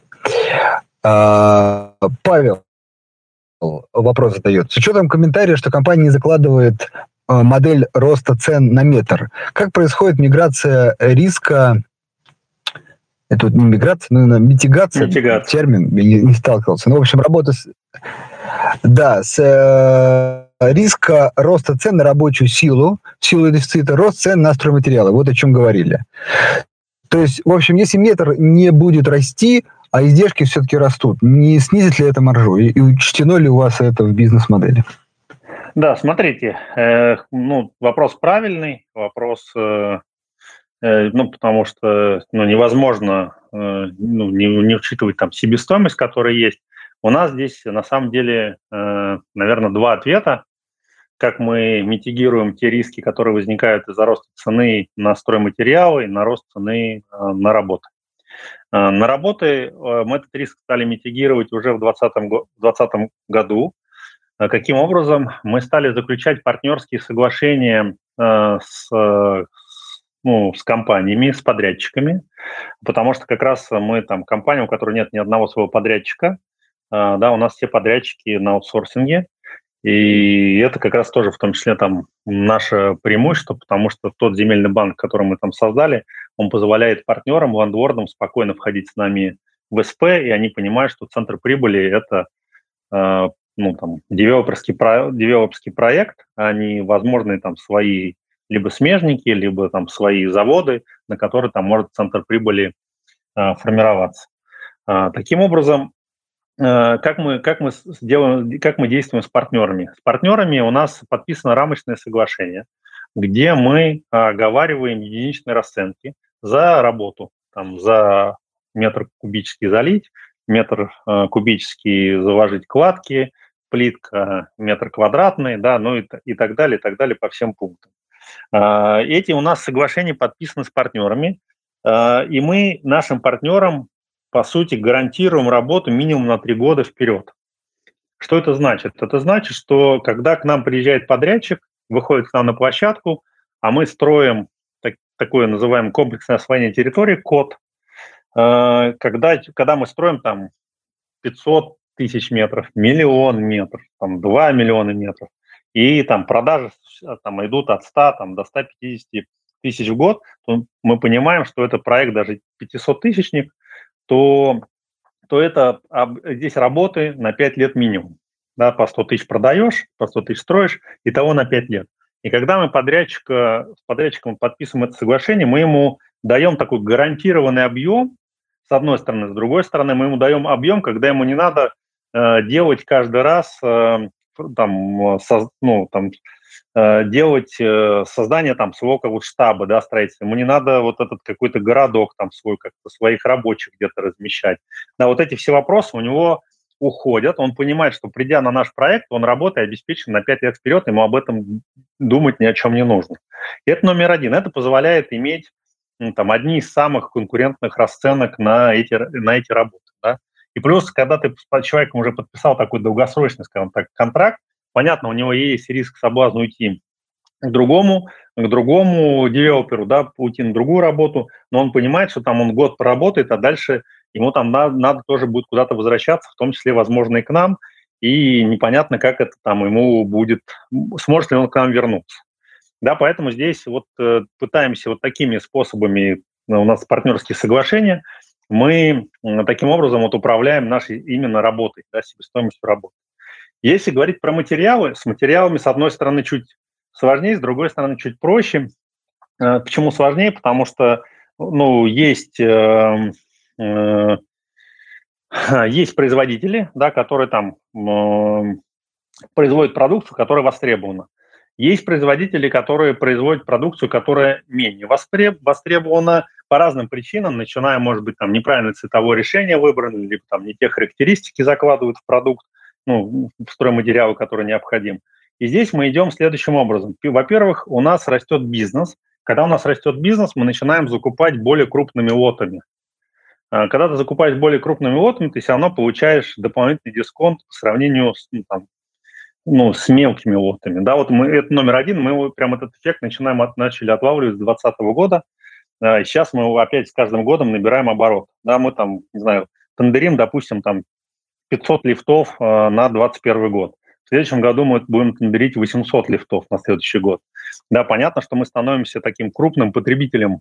Павел вопрос задает. С учетом комментария, что компания не закладывает модель роста цен на метр, как происходит миграция риска, это вот не миграция, но митигация, Митигация. термин, я не, не сталкивался. Ну, в общем, работа с... Да, с э, риска роста цен на рабочую силу, силу дефицита, рост цен на стройматериалы. Вот о чем говорили. То есть, в общем, если метр не будет расти, а издержки все-таки растут. Не снизит ли это маржу? И, и учтено ли у вас это в бизнес-модели? Да, смотрите, э, ну, вопрос правильный, вопрос, э, э, ну, потому что ну, невозможно э, ну, не, не учитывать там себестоимость, которая есть. У нас здесь, на самом деле, э, наверное, два ответа, как мы митигируем те риски, которые возникают из-за роста цены на стройматериалы и на рост цены э, на работы. На работы мы этот риск стали митигировать уже в двадцатом году. Каким образом? Мы стали заключать партнерские соглашения с, ну, с компаниями, с подрядчиками, потому что как раз мы там компания, у которой нет ни одного своего подрядчика, да, у нас все подрядчики на аутсорсинге, и это как раз тоже в том числе там наше преимущество, потому что тот земельный банк, который мы там создали, он позволяет партнерам, ландвордам спокойно входить с нами в эс пэ, и они понимают, что центр прибыли – это э, ну, там, девелоперский, про, девелоперский проект, а не возможные там свои либо смежники, либо там свои заводы, на которые там может центр прибыли э, формироваться. Таким образом, как мы, как мы делаем, как мы действуем с партнерами? С партнерами у нас подписано рамочное соглашение, где мы оговариваем единичные расценки за работу, там, за метр кубический залить, метр кубический заложить кладки, плитка метр квадратный, да, ну и, и так далее, и так далее по всем пунктам. Эти у нас соглашения подписаны с партнерами, и мы нашим партнерам, по сути, гарантируем работу минимум на три года вперед. Что это значит? Это значит, что когда к нам приезжает подрядчик, выходит к нам на площадку, а мы строим так, такое называемое комплексное освоение территории, код, когда, когда мы строим там пятьсот тысяч метров, миллион метров, там два миллиона метров, и там продажи там, идут от ста там, до ста пятидесяти тысяч в год, то мы понимаем, что это проект даже пятисоттысячник, то, то это здесь работы на пять лет минимум. Да, по сто тысяч продаешь, по сто тысяч строишь, итого на пять лет. И когда мы подрядчика, с подрядчиком подписываем это соглашение, мы ему даем такой гарантированный объем, с одной стороны, с другой стороны, мы ему даем объем, когда ему не надо э, делать каждый раз, э, там, со, ну, там, э, делать э, создание там, своего как вот, штаба, да, строительства. Ему не надо вот этот какой-то городок, там, свой, как-то, своих рабочих где-то размещать. Да, вот эти все вопросы у него уходят, он понимает, что придя на наш проект, он работает обеспечен на пять лет вперед, ему об этом думать ни о чем не нужно. И это номер один. Это позволяет иметь ну, там, одни из самых конкурентных расценок на эти, на эти работы. Да? И плюс, когда ты с человеком уже подписал такой долгосрочный, скажем так, контракт, понятно, у него есть риск соблазна уйти к другому, к другому девелоперу, да, уйти на другую работу, но он понимает, что там он год поработает, а дальше ему там надо, надо тоже будет куда-то возвращаться, в том числе, возможно, и к нам, и непонятно, как это там ему будет, сможет ли он к нам вернуться. Да, поэтому здесь вот э, пытаемся вот такими способами, у нас партнерские соглашения, мы э, таким образом вот управляем нашей именно работой, да, себестоимостью работы. Если говорить про материалы, с материалами, с одной стороны, чуть сложнее, с другой стороны, чуть проще. Э, почему сложнее? Потому что, ну, есть, э, э, есть производители, да, которые там э, производят продукцию, которая востребована. Есть производители, которые производят продукцию, которая менее востребована по разным причинам, начиная, может быть, там неправильное цветовое решение выбрано, либо там не те характеристики закладывают в продукт, ну, в стройматериалы, который необходим. И здесь мы идем следующим образом. Во-первых, у нас растет бизнес. Когда у нас растет бизнес, мы начинаем закупать более крупными лотами. Когда ты закупаешь более крупными лотами, ты все равно получаешь дополнительный дисконт по сравнению с, ну, там, ну, с мелкими лотами. Да, вот мы, это номер один, мы прям этот эффект начинаем от, начали отлавливать с двадцатого года. И сейчас мы его опять с каждым годом набираем оборот. Да, мы там, не знаю, тендерим, допустим, там пятьсот лифтов э, на двадцать первый год. В следующем году мы будем тендерить восемьсот лифтов на следующий год. Да, понятно, что мы становимся таким крупным потребителем,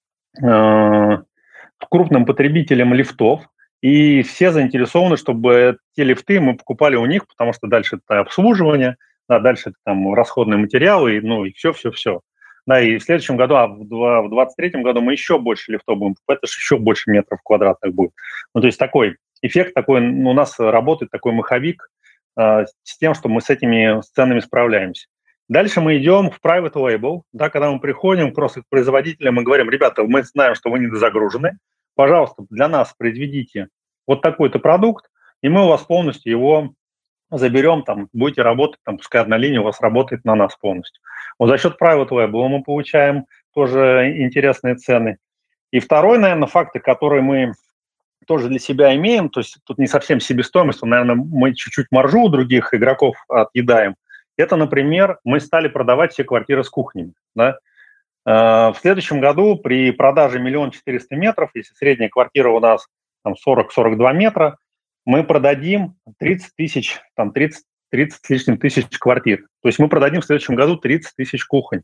э, крупным потребителем лифтов, и все заинтересованы, чтобы те лифты мы покупали у них, потому что дальше это обслуживание, да, дальше это там расходные материалы, ну и все-все-все. Да, и в следующем году, а в двадцать третьем году мы еще больше лифтов будем покупать, это же еще больше метров квадратных будет. Ну, то есть такой эффект, такой, ну, у нас работает такой маховик э, с тем, что мы с этими ценами справляемся. Дальше мы идем в private label, да, когда мы приходим просто к производителям и говорим: ребята, мы знаем, что вы недозагружены, пожалуйста, для нас произведите вот такой-то продукт, и мы у вас полностью его заберем, там, будете работать, там, пускай одна линия у вас работает на нас полностью. Вот за счет private label мы получаем тоже интересные цены. И второй, наверное, фактор, который мы тоже для себя имеем, то есть тут не совсем себестоимость, наверное, мы чуть-чуть маржу у других игроков отъедаем. Это, например, мы стали продавать все квартиры с кухнями. Да? В следующем году при продаже миллион четыреста метров, если средняя квартира у нас там сорок - сорок два метра, мы продадим тридцать тысяч, там тридцать, тридцать с лишним тысяч квартир. То есть мы продадим в следующем году тридцать тысяч кухонь.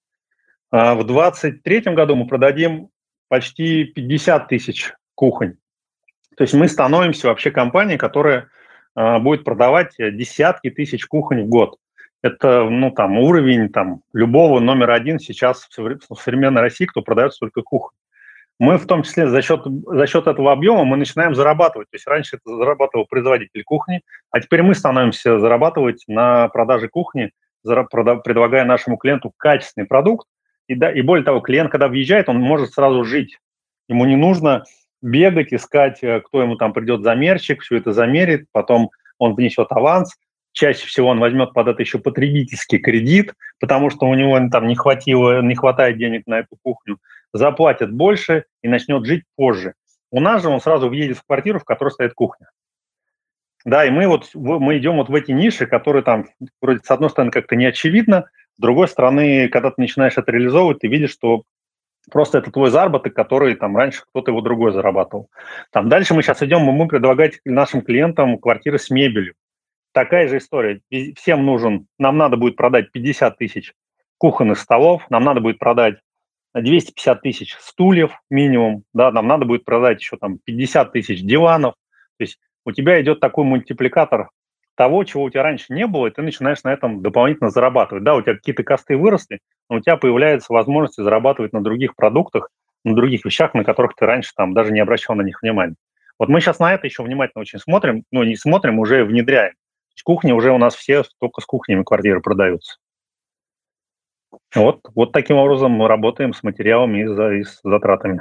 В двадцать третьем году мы продадим почти пятьдесят тысяч кухонь. То есть мы становимся вообще компанией, которая будет продавать десятки тысяч кухонь в год. Это, ну, там, уровень там, любого номер один сейчас в современной России, кто продает столько кухонь. мы в том числе за счет, за счет этого объема мы начинаем зарабатывать. То есть раньше это зарабатывал производитель кухни, а теперь мы становимся зарабатывать на продаже кухни, предлагая нашему клиенту качественный продукт. И, да, и более того, клиент, когда въезжает, он может сразу жить. Ему не нужно бегать, искать, кто ему там придет замерщик, все это замерит, потом он внесет аванс. Чаще всего он возьмет под это еще потребительский кредит, потому что у него там не хватило, не хватает денег на эту кухню. Заплатит больше и начнет жить позже. У нас же он сразу въедет в квартиру, в которой стоит кухня. Да, и мы вот мы идем вот в эти ниши, которые там вроде с одной стороны как-то не очевидно, с другой стороны, когда ты начинаешь это реализовывать, ты видишь, что просто это твой заработок, который там раньше кто-то его другой зарабатывал. Там дальше мы сейчас идем, и мы предлагаем нашим клиентам квартиры с мебелью. Такая же история. Всем нужен, нам надо будет продать пятьдесят тысяч кухонных столов, нам надо будет продать двести пятьдесят тысяч стульев минимум, да, нам надо будет продать еще там пятьдесят тысяч диванов. То есть у тебя идет такой мультипликатор того, чего у тебя раньше не было, и ты начинаешь на этом дополнительно зарабатывать. Да, у тебя какие-то косты выросли, но у тебя появляется возможность зарабатывать на других продуктах, на других вещах, на которых ты раньше там даже не обращал на них внимания. Вот мы сейчас на это еще внимательно очень смотрим, ну не смотрим, уже внедряем. Кухни уже у нас все только с кухнями квартиры продаются. Вот, вот таким образом мы работаем с материалами и, за, и с затратами.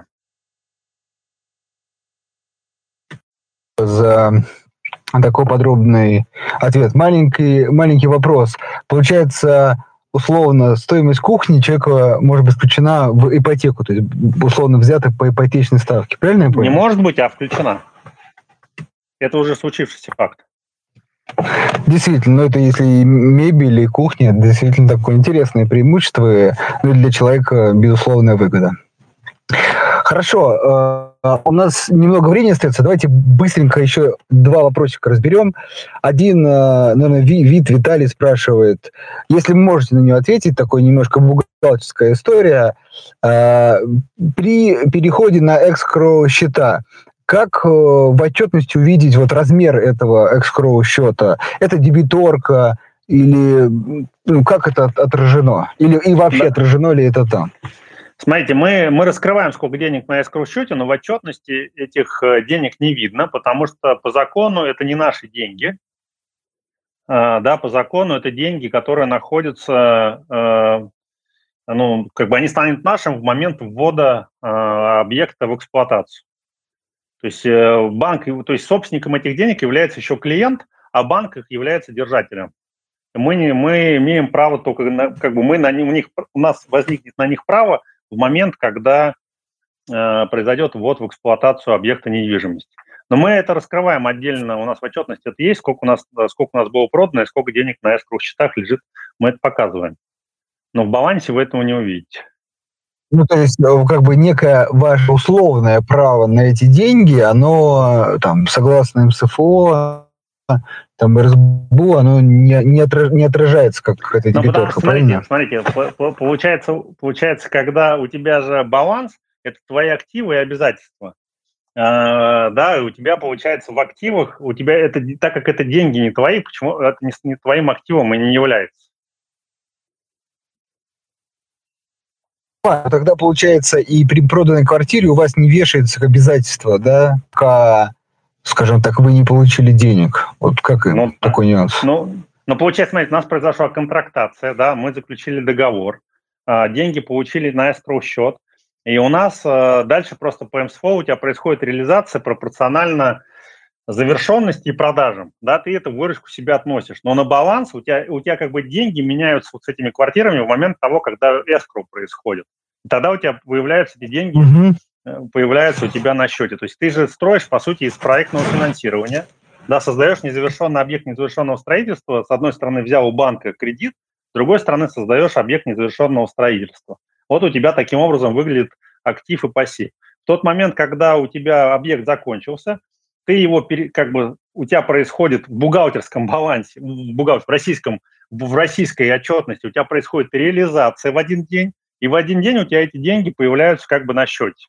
За такой подробный ответ. Маленький, маленький вопрос. Получается, условно, стоимость кухни человека может быть включена в ипотеку, то есть условно взята по ипотечной ставке. Правильно я понял? Не может быть, а включена. Это уже случившийся факт. Действительно, ну это если и мебель, и кухня, действительно такое интересное преимущество, ну, для человека безусловная выгода. Хорошо, у нас немного времени остается, давайте быстренько еще два вопросика разберем. Один, наверное, Вит, Виталий спрашивает, если вы можете на него ответить, такой немножко бухгалтерская история, при переходе на эскроу счета, как э, в отчетности увидеть вот размер этого эскроу счета? Это дебиторка или ну, как это отражено? Или и вообще да. Отражено ли это там? Смотрите, мы, мы раскрываем, сколько денег на эскроу счете, но в отчетности этих денег не видно, потому что по закону это не наши деньги. Э, да, по закону это деньги, которые находятся, э, ну, как бы они станут нашим в момент ввода э, объекта в эксплуатацию. То есть банк, то есть собственником этих денег является еще клиент, а банк их является держателем. Мы, не, мы имеем право только, на, как бы мы на них, у, них, у нас возникнет на них право в момент, когда э, произойдет ввод в эксплуатацию объекта недвижимости. Но мы это раскрываем отдельно, у нас в отчетности это есть, сколько у нас, сколько у нас было продано и сколько денег на эскроу счетах лежит, мы это показываем. Но в балансе вы этого не увидите. Ну, то есть, как бы некое ваше условное право на эти деньги, оно, там, согласно эм эс эф о, там, эр эс бэ у, оно не, не, отраж, не отражается, как какая-то дебиторка, правильно? Смотрите, смотрите, получается, получается, когда у тебя же баланс, это твои активы и обязательства. А, да, и у тебя, получается, в активах, у тебя это, так как это деньги не твои, почему это не, не твоим активом и не является? Тогда, получается, и при проданной квартире у вас не вешается обязательство, да, пока, скажем так, вы не получили денег. Вот как ну, такой нюанс? Ну, ну, получается, смотрите, у нас произошла контрактация, да, мы заключили договор, деньги получили на эскроу счет, и у нас дальше просто по эм эс эф о у тебя происходит реализация пропорционально завершенности и продажам, да, ты эту выручку себе относишь, но на баланс у тебя, у тебя как бы деньги меняются вот с этими квартирами в момент того, когда эскроу происходит. И тогда у тебя появляются эти деньги, угу. появляются у тебя на счете. То есть ты же строишь, по сути, из проектного финансирования, да, создаешь незавершенный объект незавершенного строительства, с одной стороны взял у банка кредит, с другой стороны создаешь объект незавершенного строительства. Вот у тебя таким образом выглядит актив и пассив. В тот момент, когда у тебя объект закончился, ты его, как бы, у тебя происходит в бухгалтерском балансе, в, бухгалтер, в, российском, в российской отчетности у тебя происходит реализация в один день, и в один день у тебя эти деньги появляются как бы на счете.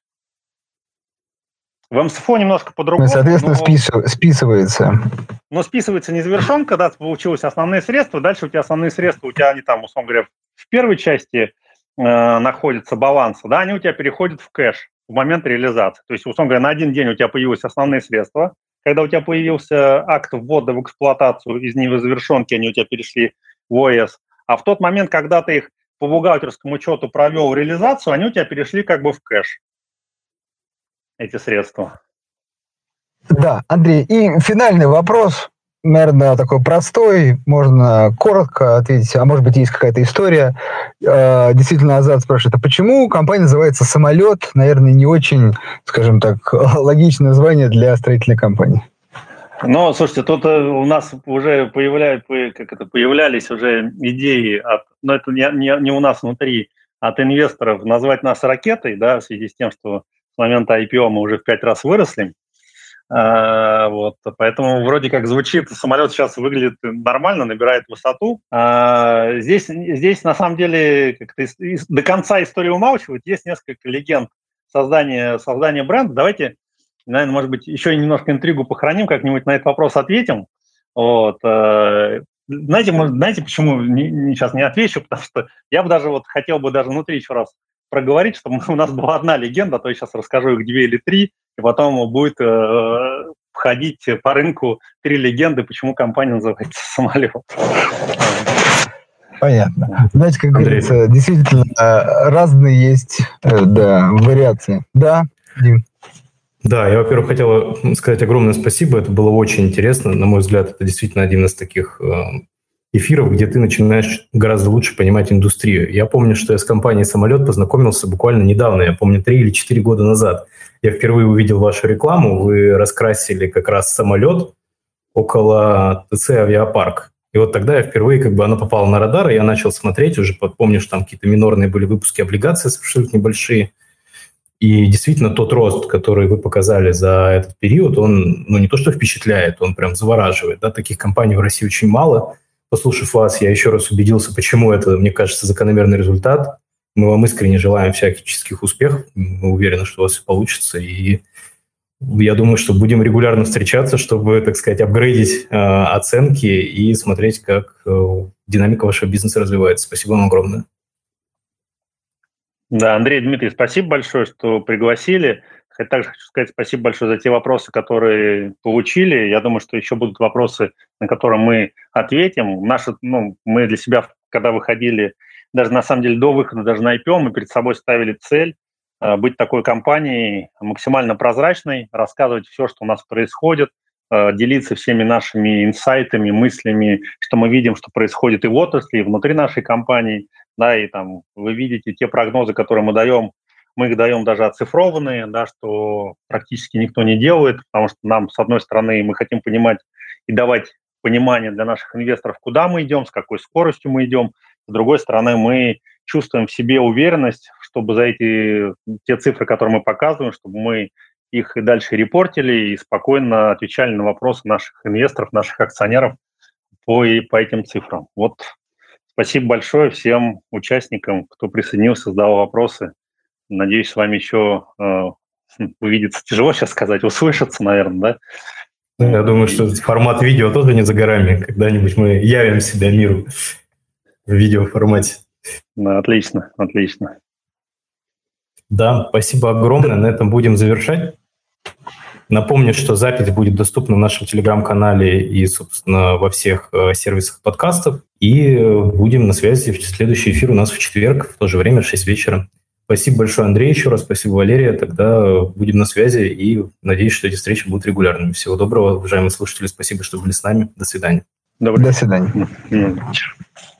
В эм эс эф о немножко по-другому. Соответственно, но, списыв, списывается. Но списывается незавершен, когда получилось основные средства, дальше у тебя основные средства, у тебя они там, условно говоря, в первой части э, находятся баланса, да, они у тебя переходят в кэш. в момент реализации. То есть, условно говоря, на один день у тебя появились основные средства, когда у тебя появился акт ввода в эксплуатацию, из незавершенки они у тебя перешли в ОС, а в тот момент, когда ты их по бухгалтерскому учету провел реализацию, они у тебя перешли как бы в кэш, эти средства. Да, Андрей, и финальный вопрос, наверное, такой простой, можно коротко ответить, а может быть, есть какая-то история. Действительно, Азат спрашивает, а почему компания называется «Самолет»? Наверное, не очень, скажем так, логичное название для строительной компании. Ну, слушайте, тут у нас уже появляют, как это, появлялись уже идеи, от, но это не, не, не у нас внутри, от инвесторов назвать нас ракетой, да, в связи с тем, что с момента ай пи о мы уже в пять раз выросли. А, вот, поэтому вроде как звучит, самолет сейчас выглядит нормально, набирает высоту. А, здесь, здесь на самом деле как-то из, из, до конца истории умалчивают. Есть несколько легенд создания, создания бренда. Давайте, наверное, может быть, еще немножко интригу похороним, как-нибудь на этот вопрос ответим. Вот. Знаете, может, знаете, почему не, не, сейчас не отвечу? Потому что я бы даже вот хотел бы даже внутри еще раз проговорить, чтобы у нас была одна легенда, а то я сейчас расскажу их две или три, и потом будет э, входить по рынку три легенды, почему компания называется «Самолет». Понятно. Знаете, как Андрей. Говорится, действительно разные есть да, вариации. Да, Дим? Да, я, во-первых, хотел сказать огромное спасибо. Это было очень интересно. На мой взгляд, это действительно один из таких эфиров, где ты начинаешь гораздо лучше понимать индустрию. Я помню, что я с компанией «Самолет» познакомился буквально недавно, я помню, три или четыре года назад. Я впервые увидел вашу рекламу, вы раскрасили как раз самолет около ТЦ «Авиапарк». И вот тогда я впервые, как бы, она попала на радар, и я начал смотреть, уже помню, что там какие-то минорные были выпуски облигаций, абсолютно небольшие. И действительно тот рост, который вы показали за этот период, он, ну, не то что впечатляет, он прям завораживает. Да? Таких компаний в России очень мало. Послушав вас, я еще раз убедился, почему это, мне кажется, закономерный результат. Мы вам искренне желаем всяческих успехов. Мы уверены, что у вас все получится. И я думаю, что будем регулярно встречаться, чтобы, так сказать, апгрейдить э, оценки и смотреть, как э, динамика вашего бизнеса развивается. Спасибо вам огромное. Да, Андрей, Дмитрий, спасибо большое, что пригласили. Также хочу сказать спасибо большое за те вопросы, которые получили. Я думаю, что еще будут вопросы, на которые мы ответим. Наши, ну, мы для себя, когда выходили, даже на самом деле до выхода даже на ай пи о, мы перед собой ставили цель э, быть такой компанией максимально прозрачной, рассказывать все, что у нас происходит, э, делиться всеми нашими инсайтами, мыслями, что мы видим, что происходит и в отрасли, и внутри нашей компании. Да, и там вы видите те прогнозы, которые мы даем, мы их даем даже оцифрованные, да, что практически никто не делает, потому что нам, с одной стороны, мы хотим понимать и давать понимание для наших инвесторов, куда мы идем, с какой скоростью мы идем. С другой стороны, мы чувствуем в себе уверенность, чтобы за эти те цифры, которые мы показываем, чтобы мы их и дальше репортили и спокойно отвечали на вопросы наших инвесторов, наших акционеров по, по этим цифрам. Вот. Спасибо большое всем участникам, кто присоединился, задал вопросы. Надеюсь, с вами еще э, увидеться. Тяжело сейчас сказать, услышаться, наверное, да? Я думаю, что формат видео тоже не за горами. Когда-нибудь мы явим себя миру в видеоформате. Да, отлично, отлично. Да, спасибо огромное. На этом будем завершать. Напомню, что запись будет доступна в нашем телеграм-канале и, собственно, во всех э, сервисах подкастов. И будем на связи. Следующий эфир у нас в четверг, в то же время, в шесть вечера. Спасибо большое, Андрей, еще раз. Спасибо, Валерия. Тогда будем на связи и надеюсь, что эти встречи будут регулярными. Всего доброго, уважаемые слушатели. Спасибо, что были с нами. До свидания. Добрый. До свидания.